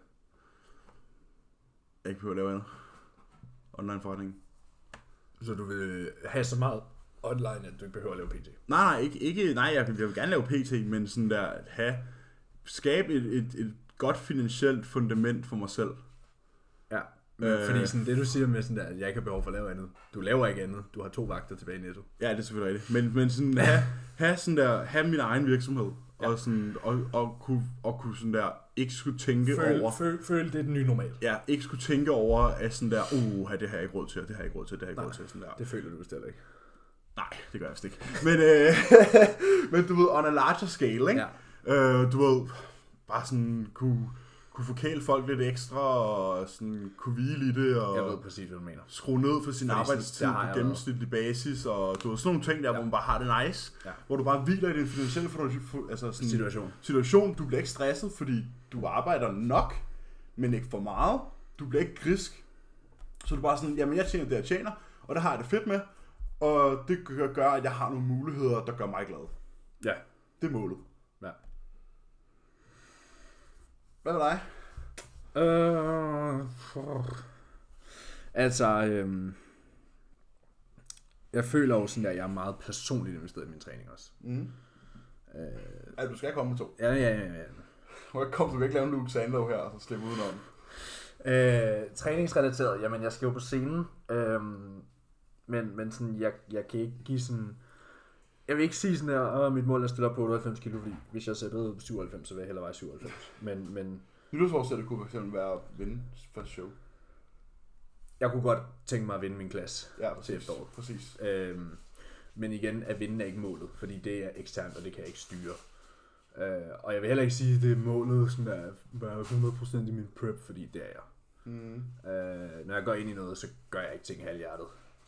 ikke behøver at lave andet. Online forretning. Så du vil have så meget online, at du ikke behøver at lave PT? Nej, jeg vil gerne lave PT, men sådan der skabe et godt finansielt fundament for mig selv. Ja, fordi sådan det du siger med sådan der, at jeg ikke har behov for at lave andet. Du laver ikke andet. Du har 2 vagter tilbage i Netto. Ja, det er selvfølgelig rigtigt. Men sådan have min egen virksomhed. Ja. Og sådan og kunne sådan der ikke skulle tænke over. Føl det er den nye normal. Ja, ikke skulle tænke over at sådan der, det har jeg ikke råd til, det har jeg ikke råd til, det har jeg ikke råd til sådan der. Det føler du bestemt ikke. Nej, det gør jeg vist ikke. Men du ved, on a larger scale, ikke? Ja. Du ved, bare sådan kunne kunne forkæle folk lidt ekstra, og sådan kunne hvile i det, og jeg ved præcis, hvad du mener. Skrue ned for sin arbejdstid på gennemsnitlig basis, og du ved, sådan nogle ting der, hvor man bare har det nice, hvor du bare hviler i din finansielle situation. Du bliver ikke stresset, fordi du arbejder nok, men ikke for meget. Du bliver ikke grisk. Så du bare sådan, jamen jeg tjener det, jeg tjener, og det har jeg det fedt med, og det gør, at jeg har nogle muligheder, der gør mig glad. Ja. Det er målet. Ja. Hvad med dig? Jeg føler jo sådan, at jeg er meget personligt investeret i min træning også. Du skal komme med 2. Ja. Hvor kom du ikke lave en Luke Sandlow her, og så slippe udenom? Træningsrelateret, jamen jeg skal jo på scenen, men sådan, jeg kan ikke give sådan, jeg vil ikke sige sådan her, mit mål er at stille op på 98 kilo, fordi hvis jeg sætter 97, så vil jeg hellere veje 97, men nytårsforsættet kunne fx være at vinde for et show. Jeg kunne godt tænke mig at vinde min klasse til efteråret. Præcis. Men igen, at vinde er ikke målet, fordi det er eksternt, og det kan jeg ikke styre. Og jeg vil heller ikke sige, at det er målet, sådan der være 100% i min prep, fordi det er jeg. Når jeg går ind i noget, så gør jeg ikke ting halvhjertet.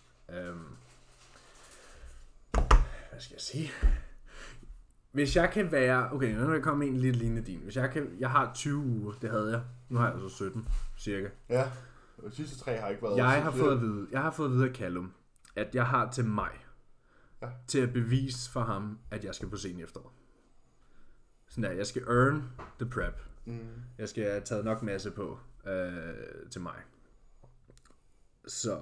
Hvad skal jeg sige? Hvis jeg kan være... Okay, nu er jeg kommet ind lidt lignende din. Hvis jeg har 20 uger, det havde jeg. Nu har jeg så 17, cirka. Ja, de sidste 3 har ikke været... Jeg har fået at vide af Callum, at jeg har til maj til at bevise for ham, at jeg skal på scenen efteråret. Sådan der, jeg skal earn the prep. Jeg skal have taget nok masse på til mig. Så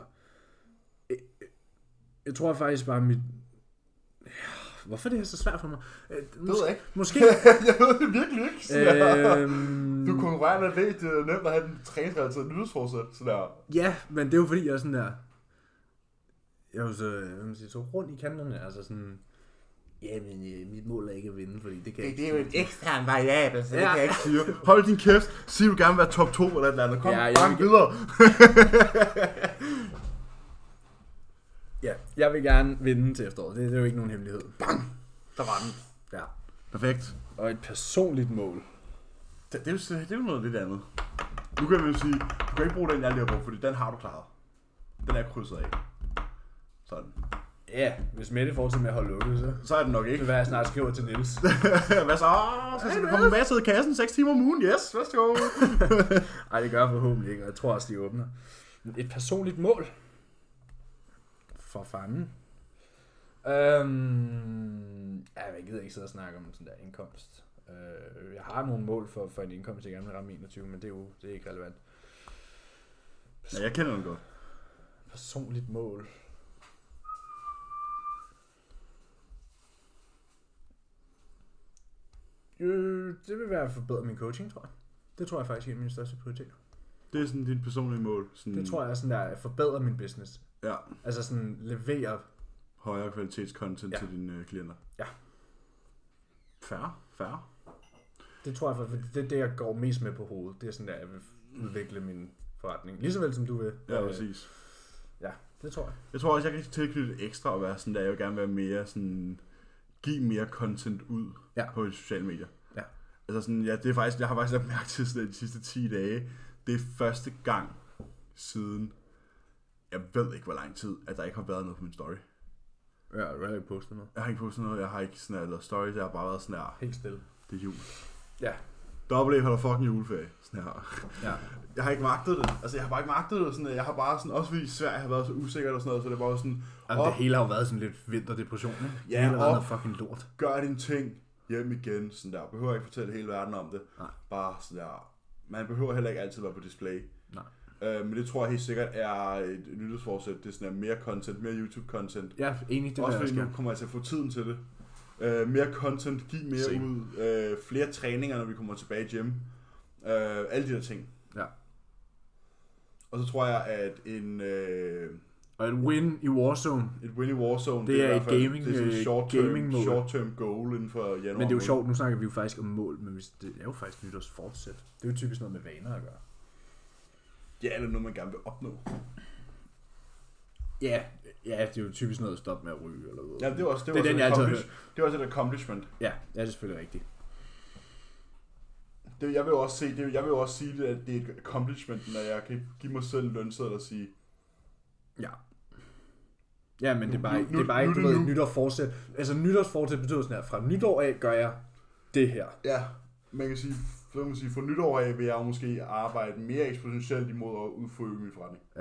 jeg tror faktisk bare mit... Hvorfor er det så svært for mig? Det ved jeg ikke. Måske... jeg ved det virkelig ikke. Du konkurrerer med det, det er nemt at have den træningsrelateret nyhedsforsæt. Ja, men det er jo fordi, jeg er sådan der... Jeg er jo så rundt i kanterne, altså sådan... Jamen, mit mål er ikke at vinde, fordi det kan jeg ikke. Det er jo en ekstern variabel, så det kan jeg ikke styre. Hold din kæft, sig du gerne vil være top 2 eller et eller andet. Kom, bank videre. Ja, jeg vil gerne vinde til efteråret. Det er jo ikke nogen hemmelighed. Bang! Der var den. Ja. Perfekt. Og et personligt mål. Det er jo noget lidt andet. Nu kan vi jo sige, du kan ikke bruge den, jeg lige har brugt, fordi den har du klaret. Den er krydset af. Sådan. Ja, hvis Mette fortsætter med at holde lukket, så er det nok ikke. Det vil jeg snart skriver til Niels. Hvad så? Så der kommer masser i kassen 6 timer om ugen. Yes, værsgo. Ej, det gør jeg forhåbentlig ikke, og jeg tror også, de åbner. Et personligt mål? For fanden. Jeg gider ikke sidde og snakke om sådan der indkomst. Jeg har nogle mål for en indkomst, jeg gerne vil ramme 21, men det er ikke relevant. Ja, jeg kender den godt. Personligt mål. Det vil være at forbedre min coaching, tror jeg. Det tror jeg faktisk er min største prioritet. Det er sådan dit personlige mål? Sådan... Det tror jeg er sådan der, at forbedre min business. Ja. Altså sådan levere... højere kvalitetscontent til dine klienter. Ja. Fair. Det tror jeg, for det er det, jeg går mest med på hovedet. Det er sådan der, jeg vil udvikle min forretning. Lige så vel som du vil. Ja, præcis. Ja, det tror jeg. Jeg tror også, jeg kan tilknytte ekstra og være sådan der, jeg vil gerne være mere sådan... give mere content ud på sociale medier. Ja. Altså sådan, det er faktisk, jeg har faktisk lagt mærke til sådan, de sidste 10 dage. Det er første gang siden, jeg ved ikke hvor lang tid, at der ikke har været noget på min story. Ja, du har ikke postet noget. Jeg har ikke postet noget, jeg har ikke sådan lavet stories, jeg har bare været sådan her. Helt stille. Det er jul. Ja. Double A holder fucking juleferie. Sådan her. Ja. Jeg har ikke magtet det. Altså jeg har bare ikke magtet det. Sådan, jeg har bare sådan, også fordi Sverige har været så usikkert og sådan noget, så det var sådan... Altså, det hele har jo været sådan lidt vinterdepression, ikke? Ja, det hele har været noget fucking lort. Gør din ting hjem igen, sådan der. Behøver ikke fortælle hele verden om det. Nej. Bare sådan der. Man behøver heller ikke altid være på display. Nej. Men det tror jeg helt sikkert er et nyhedsforsæt. Det er sådan der, mere content, mere YouTube-content. Ja, enig. Det også fordi nu kommer jeg til at få tiden til det. Mere content, giv mere ud. Flere træninger, når vi kommer tilbage i gym. Alle de der ting. Ja. Og så tror jeg, at og et win i Warzone. Et win i Warzone. Det er et gaming, det er gaming mål. Short-term goal inden for januar. Men det er jo sjovt, nu snakker vi jo faktisk om mål, men det er jo faktisk nytårsfortsæt. Det er jo typisk noget med vaner at gøre. Ja, eller noget man gerne vil opnå. Ja, det er jo typisk noget at stoppe med at ryge eller noget. Ja, det er også det er den, jeg altid har hørt. Det er også et accomplishment. Ja, det er selvfølgelig rigtigt. jeg vil jo også sige, at det er et accomplishment, når jeg kan give mig selv lønseddel og sige... Ja. Ja, men det er bare ikke, du ved, nytårsforsæt. Altså nytårsforsæt betyder sådan her, fra nytår af gør jeg det her. Ja, man kan sige, fra nytår af vil jeg jo måske arbejde mere eksponentielt imod at udføre min forretning. Ja.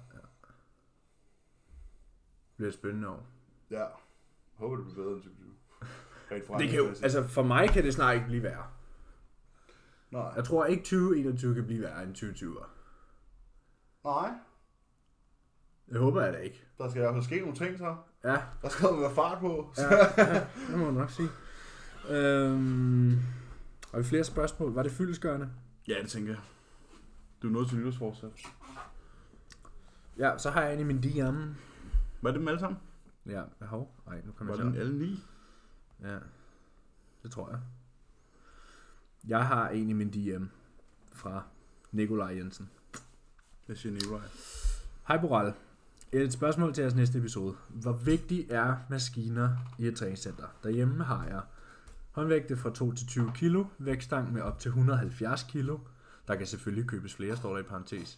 Det bliver et spændende år. Ja, håber det bliver bedre end 2020. Det kan jo, altså for mig kan det snart ikke blive værre. Nej. Jeg tror ikke 2021 kan blive værre end 2020. Nej. Det håber jeg da ikke. Der skal i hvert fald ske nogle ting så. Ja. Der skal være fart på. Ja, det må jeg nok sige. Har vi flere spørgsmål? Var det fyldestgørende? Ja, det tænker jeg. Du er nødt til nytårsforsæt. Ja, så har jeg en i min DM. Var det dem alle sammen? Ja, hov. Ej, nu kommer jeg. Var det alle 9? Ja, det tror jeg. Jeg har en i min DM fra Nikolaj Jensen. Hvad siger Nikolaj? Hej Boral. Et spørgsmål til jeres næste episode. Hvor vigtig er maskiner i et træningscenter? Derhjemme har jeg håndvægte fra 2 til 20 kilo, vægtstang med op til 170 kilo. Der kan selvfølgelig købes flere, står der i parentes.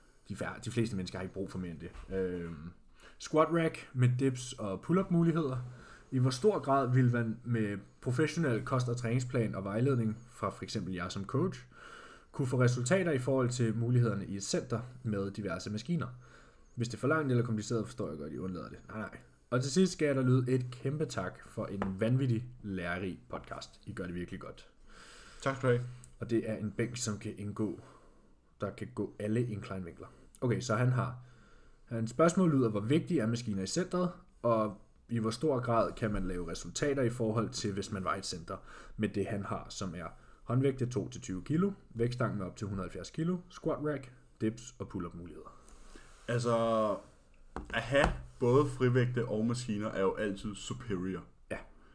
De fleste mennesker har ikke brug for mere end det. Squat rack med dips og pull-up muligheder. I hvor stor grad vil man med professionel kost- og træningsplan og vejledning fra f.eks. jeg som coach kunne få resultater i forhold til mulighederne i et center med diverse maskiner? Hvis det er for langt eller kompliceret, forstår jeg godt, I undlader det. Nej. Og til sidst skal jeg der lyde et kæmpe tak for en vanvittig lærerig podcast. I gør det virkelig godt. Tak skal du have. Og det er en bænk, som kan indgå, der kan gå alle incline-vinkler. Okay, så hans spørgsmål lyder, hvor vigtige er maskiner i centret, og i hvor stor grad kan man lave resultater i forhold til, hvis man var i et center med det, han har, som er håndvægte 2-20 kilo, vægtstang med op til 170 kilo, squat rack, dips og pull-up muligheder. Altså, at have både frivægte og maskiner er jo altid superior. Ja.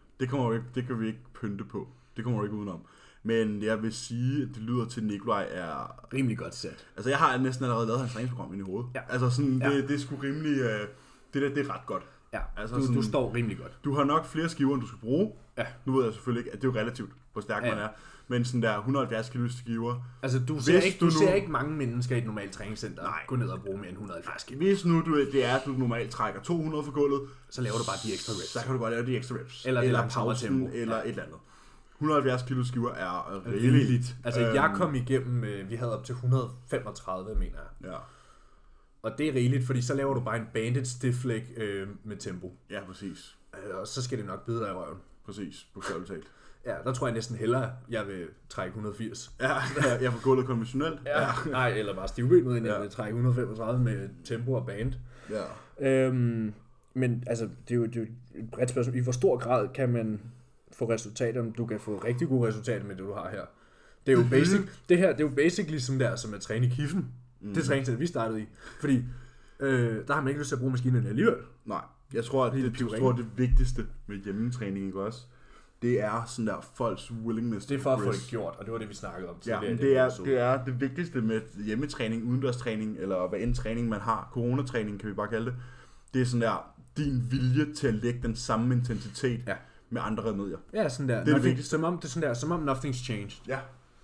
Det kan vi ikke pynte på. Det kommer du ikke udenom. Men jeg vil sige, at det lyder til, at Nikolaj er... rimelig godt sat. Altså, jeg har næsten allerede lavet hans træningsprogram ind i hovedet. Ja. Altså, sådan, det er sgu rimelig... Det er ret godt. Ja, altså, du står rimelig godt. Du har nok flere skiver, end du skal bruge. Ja. Nu ved jeg selvfølgelig ikke, at det er jo relativt, hvor stærk man er. Men sådan der 170 kilo skiver. Altså, du ser ikke mange mennesker i et normalt træningscenter gå ned og bruge mere end 170 kilo. Hvis nu du normalt trækker 200 for gulvet, så laver du bare de ekstra reps. Så kan du godt lave de ekstra reps. Eller pausen, eller et eller andet. 170 kilo skiver er rigeligt. Altså, jeg kom igennem, vi havde op til 135, mener jeg. Ja. Og det er rigeligt, fordi så laver du bare en banded stiff leg med tempo. Ja, præcis. Og så skal det nok bide dig i røven. Præcis, bogstaveligt talt. Ja, der tror jeg næsten hellere, jeg vil trække 180. Ja, jeg får gulvet konventionelt. Ja. Nej, eller bare stivbenet, end jeg vil trække 135 med tempo og band. Ja. Men altså, det er jo et bredt spørgsmål. I hvor stor grad kan man få resultater? Du kan få rigtig gode resultater med det, du har her. Det er jo det her, det er jo basically som der, som at træne i kiffen. Det træningscenter, vi startede i. Fordi der har man ikke lyst til at bruge maskinen alligevel. Nej, jeg tror, at det vigtigste med hjemmetræning, ikke også? Det er sådan der folks willingness. Det er for at få det gjort, og det var det, vi snakkede om tidligere. Ja, det er det vigtigste med hjemmetræning, udendørstræning, eller hvad end træning man har. Coronatræning kan vi bare kalde det. Det er sådan der, din vilje til at lægge den samme intensitet med andre remedier. Ja, sådan der. Det er det vigtigste. Som om nothing's changed. Ja.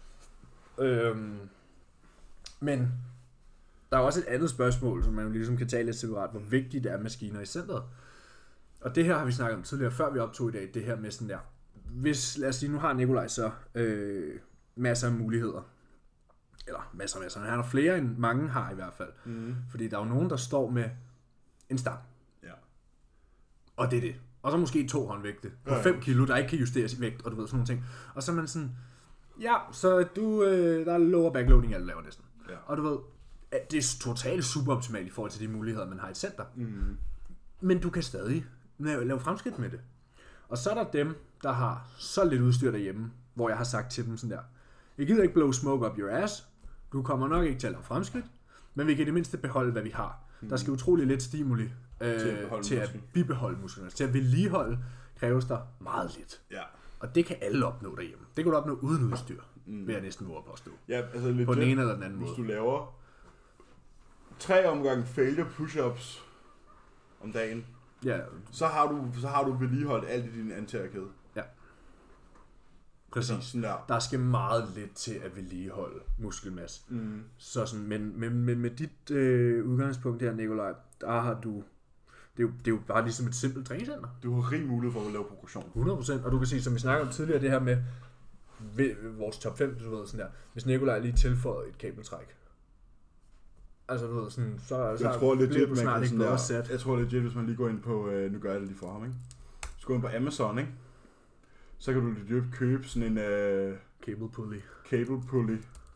Men der er også et andet spørgsmål, som man ligesom kan tale lidt separat, hvor vigtigt det er maskiner i centret. Og det her har vi snakket om tidligere, før vi optog i dag, det her med sådan der. Hvis, lad os sige, nu har Nikolaj så masser af muligheder. Eller masser. Han har flere end mange har i hvert fald. Fordi der er jo nogen, der står med en stang. Ja. Og det er det. Og så måske 2 håndvægte på 5 kilo, der ikke kan justeres i vægt, og du ved sådan nogle ting. Og så er man sådan, ja, så der er lower backloading, alt du laver næsten. Ja. Og du ved, det er totalt suboptimalt i forhold til de muligheder, man har i et center. Men du kan stadig lave fremskridt med det. Og så er der dem, der har så lidt udstyr derhjemme, hvor jeg har sagt til dem sådan der, jeg gider ikke blow smoke up your ass, du kommer nok ikke til at lave fremskridt, men vi kan i det mindste beholde, hvad vi har. Der skal utrolig lidt stimuli til at bibeholde musklerne. Til at vedligeholde kræves der meget lidt. Ja. Og det kan alle opnå derhjemme. Det kan du opnå uden udstyr, vil jeg næsten våge at påstå. Ja, altså lidt på den ene eller den anden måde. Hvis du laver 3 omgange failure push-ups om dagen, så har du vedligeholdt alt i din anterkæde. Ja. Præcis. Altså, sådan der. Der skal meget lidt til at vedligeholde muskelmasse. Så sådan, men med dit udgangspunkt her, Nikolaj, der har du... Det er jo bare ligesom et simpelt træningscenter. Du har rig mulighed for at lave progression. 100%, og du kan sige, som vi snakkede om tidligere, det her med vores top 5, du ved, sådan der. Hvis Nikolaj lige tilføjer et kabeltræk. Altså, du ved, sådan, så tror legit, du snart ikke bedre sat. Jeg tror legit, hvis man lige går ind på, nu gør jeg det lige for ham, ikke? Hvis du går ind på Amazon, ikke? Så kan du legit købe sådan en... Cable pulley.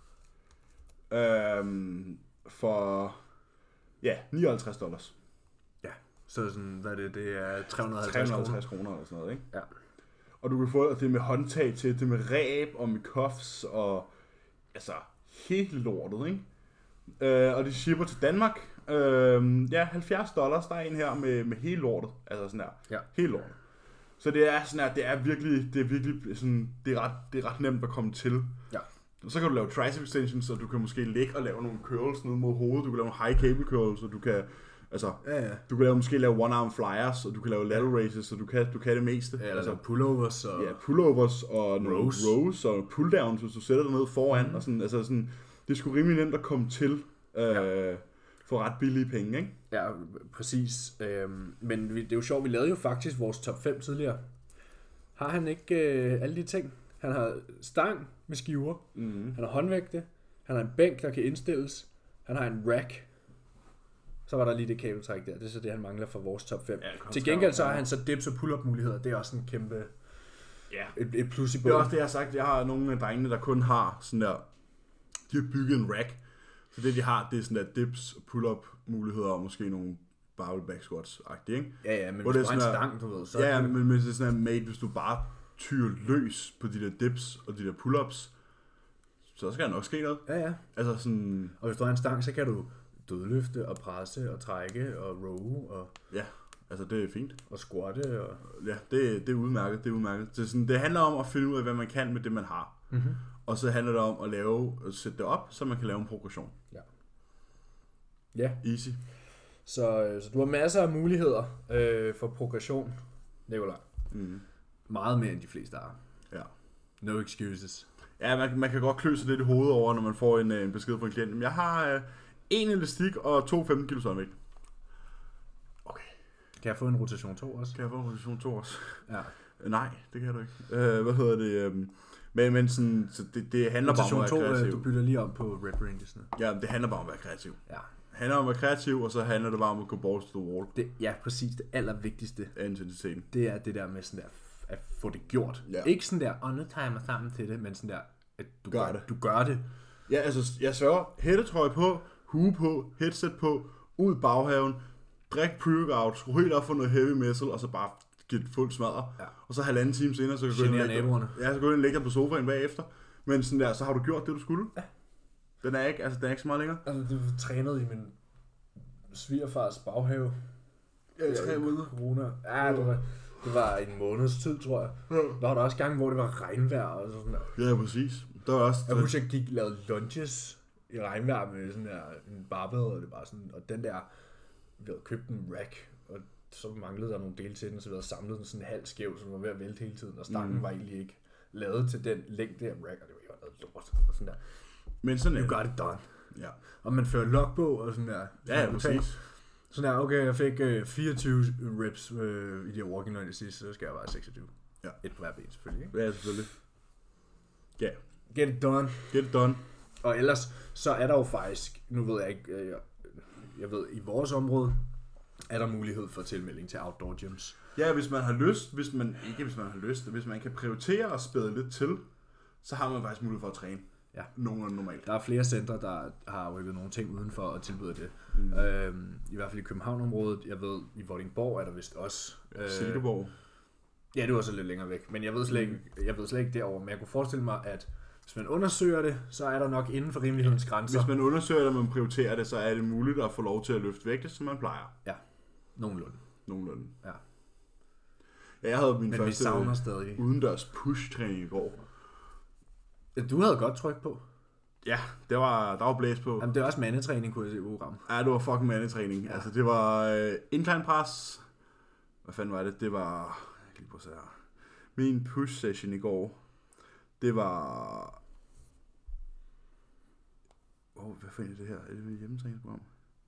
For... Ja, $59. Ja, så sådan, hvad er det? Det er 350 kroner eller sådan noget, ikke? Ja. Og du kan få det med håndtag til, det med ræb og med cuffs og... Altså, helt lortet, ikke? Og de shipper til Danmark. $70, der er en her med hele lortet. Altså sådan her. Ja. Helt lortet. Så det er sådan her, det er virkelig sådan, det er ret nemt at komme til. Ja. Og så kan du lave tricep extensions, så du kan måske ligge og lave nogle curls ned mod hovedet. Du kan lave nogle high cable curls, og du kan... Altså, du kan måske lave one-arm flyers, og du kan lave lateral raises, så du kan det meste. Ja, altså pullovers og... Ja, pullovers og rows og pulldowns, hvis du sætter dig ned foran. Og sådan, altså sådan, det er sgu rimelig nemt at komme til for ret billige penge, ikke? Ja, præcis. Men det er jo sjovt, vi lavede jo faktisk vores top 5 tidligere. Har han ikke alle de ting? Han har stang med skiver, han har håndvægte, han har en bænk, der kan indstilles, han har en rack. Så var der lige det kabeltræk der. Det er så det, han mangler for vores top 5. Ja, til gengæld så har han så dips og pull-up muligheder. Det er også en kæmpe et plus i båden. Det er også det, jeg har sagt. Jeg har nogle af drengene, der kun har sådan der... De har bygget en rack. Så det, de har, det er sådan der dips, pull-up muligheder og måske nogle barbell back squats-agtige, ikke? Ja, men hvis du har en stang, du ved, så... Ja, men det er sådan der, mate, hvis du bare tyrer løs på de der dips og de der pull-ups, så skal der nok ske noget. Ja. Altså sådan... Og hvis du har en stang, så kan du dødløfte og presse og trække og row og... Ja, altså det er fint. Og squatte og... Ja, det er udmærket, det handler om at finde ud af, hvad man kan med det, man har. Mm-hmm. Og så handler det om at sætte det op, så man kan lave en progression. Ja. Easy. Så du har masser af muligheder for progression, Nikolaj. Meget mere end de fleste har. Ja. No excuses. Ja, man kan godt klø sig lidt i hovedet over, når man får en besked fra en klient. Men jeg har en elastik og 2 15 kg håndvægt. Okay. Kan jeg få en rotation 2 også? Kan jeg få en rotation 2 også? Ja. Nej, det kan du ikke. Hvad hedder det? Men sådan, så det handler bare om at være kreativ. Du bytter lige om på rep rangesne. Ja, det handler bare om at være kreativ. Ja. Det handler om at være kreativ, og så handler det bare om at gå balls to the wall. Ja, præcis. Det allervigtigste. Intensiteten. Det er det der med sådan der, at få det gjort. Ja. Ikke sådan der, nu tager jeg mig sammen til det, men sådan der, at du gør det. Ja, altså, jeg sværger, hættetrøje på, hue på, headset på, ud i baghaven, drik pre-workout, skru helt op for noget heavy muscle, og så bare give det fuldt smadre. Ja. Og så 1,5 time senere, så kan du gå ind og lægge dig på sofaen bagefter. Men sådan der, så har du gjort det, du skulle. Ja. Den er ikke så meget længere. Altså, du trænede i min svigerfars baghave. Ja, i 3 måneder. Corona. Ja, det var en måneds tid, tror jeg. Ja. Der var der også gange, hvor det var regnvejr og sådan der. Ja, præcis. Der var også... Jeg husker, jeg lavede lunges i regnvejr med sådan der en barbell, og det var sådan, og den der, vi havde købt en rack, og så manglede der nogle dele til den, så vi havde samlet den sådan halvt skæv, som var ved at vælte hele tiden, og stangen var egentlig ikke lavet til den længde af rack, og det var jo noget lort, og sådan der. Men sådan you got it done. Ja. Og man fører logbog og sådan der. Ja, præcis. Sådan der, okay, jeg fik 24 reps i de her walking line sidst, så skal jeg bare 26. Ja. Et på hver ben selvfølgelig, ikke? Ja, selvfølgelig. Ja. Get it done. Get it done. Og ellers, så er der jo faktisk, nu ved jeg ikke, jeg ved, i vores område, er der mulighed for tilmelding til outdoor gyms. Ja, hvis man har lyst, hvis man kan prioritere at spæde lidt til, så har man faktisk mulighed for at træne. Ja. Nogenlunde normalt. Der er flere centre, der har rykket nogle ting udenfor og tilbyder det. I hvert fald i København-området. Jeg ved, i Vordingborg er der vist også. Silkeborg. Ja, det var så lidt længere væk. Men jeg ved slet ikke derovre. Men jeg kunne forestille mig, at hvis man undersøger det, så er der nok inden for rimelighedens grænser. Hvis man undersøger det, og man prioriterer det, så er det muligt at få lov til at løfte vægte, som man plejer. Ja, nogenlunde. Ja. Ja, jeg havde min men første udendørs push-træning i går. Du havde godt tryk på. Ja, der var blæs på. Jamen, det er også mandetræning, kunne jeg se ugeram. Ja, det var fucking mandetræning. Ja. Altså, det var incline press. Hvad fanden var det? Det var... Jeg kan lige prøve at se her. Min push session i går. Det var... hvad fanden er det her? Er det mit hjemmetræningsprogram?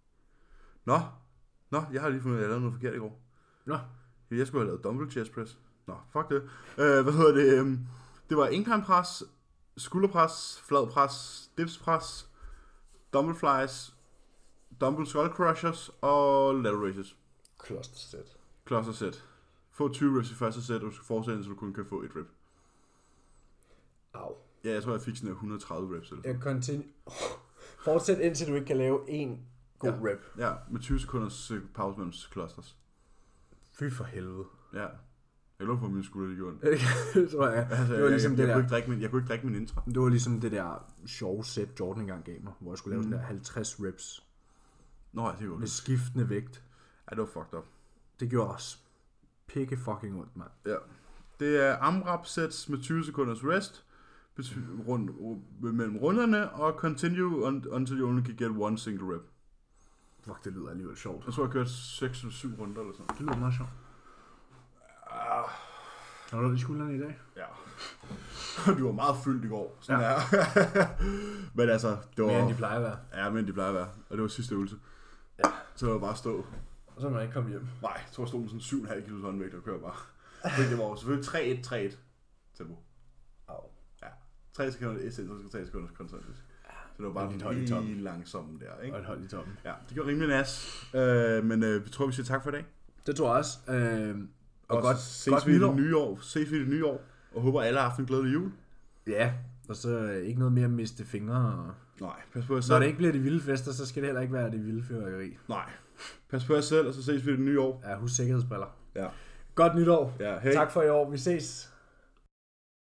Nå, jeg har lige fundet, at jeg lavede noget forkert i går. Nå. Jeg skulle have lavet dumbbell chest press. Nå, fuck det. Det var incline-pres, skulderpres, fladpres, dipspres, dumbbell flies, dumbbell skull crushers og lateral raises. Cluster set. Få 20 reps i første sæt, og du skal fortsætte, så du kun kan få et rep. Au. Ja, jeg tror, jeg fik sådan 130 reps. Eller Fortsæt indtil du ikke kan lave en god rep. Ja, med 20 sekunders pause mellem clusters. Fy for helvede. Ja. Jeg lå på min skulder, det gjorde det tror jeg. Altså, det var ligesom jeg kunne ikke drikke min intra. Det var ligesom det der sjove sæt, Jordan engang gav mig, hvor jeg skulle lave sådan der 50 reps. Nå, det gjorde med skiftende vægt. Ja, det var fucked up. Det gjorde også pikke fucking ondt, mand. Ja. Det er AMRAP sets med 20 sekunders rest mellem runderne, og continue until you only can get one single rep. Fuck, det lyder alligevel sjovt. Jeg tror, jeg kørte 6 eller 7 runder eller sådan. Det lyder meget sjovt. Har du i skuldrene i dag? Ja. Du var meget fyldt i går. Sådan ja. Men altså, det var... Mere end de plejer at være. Ja, mere end de plejer at være. Og det var sidste øvelse. Ja. Så det var bare stå. Og så må man ikke komme hjem. Nej, jeg tror, jeg stod med sådan 7,5 kg håndvægt og kører bare. Det var selvfølgelig 3-1 tempo. Au. Ja. 3 sekunder essentielt, så 3 sekunder koncentrisk. Så det var bare lige langsomt der, ikke? Og et hold i toppen. Ja, det gjorde rimelig nas. Men vi tror, vi siger tak for i dag. Det tror jeg også. Og godt ses vi i det nye år. Ses vi i det nye år. Og håber, alle har haft en glædelig jul. Ja, og så ikke noget mere at miste fingre. Og... Nej, pas på jer selv. Når det ikke bliver de vilde fester, så skal det heller ikke være det vilde fyrværkeri. Nej, pas på jer selv, og så ses vi i det nye år. Ja, husk sikkerhedsbriller. Ja. Godt nytår. Ja, hey. Tak for i år. Vi ses.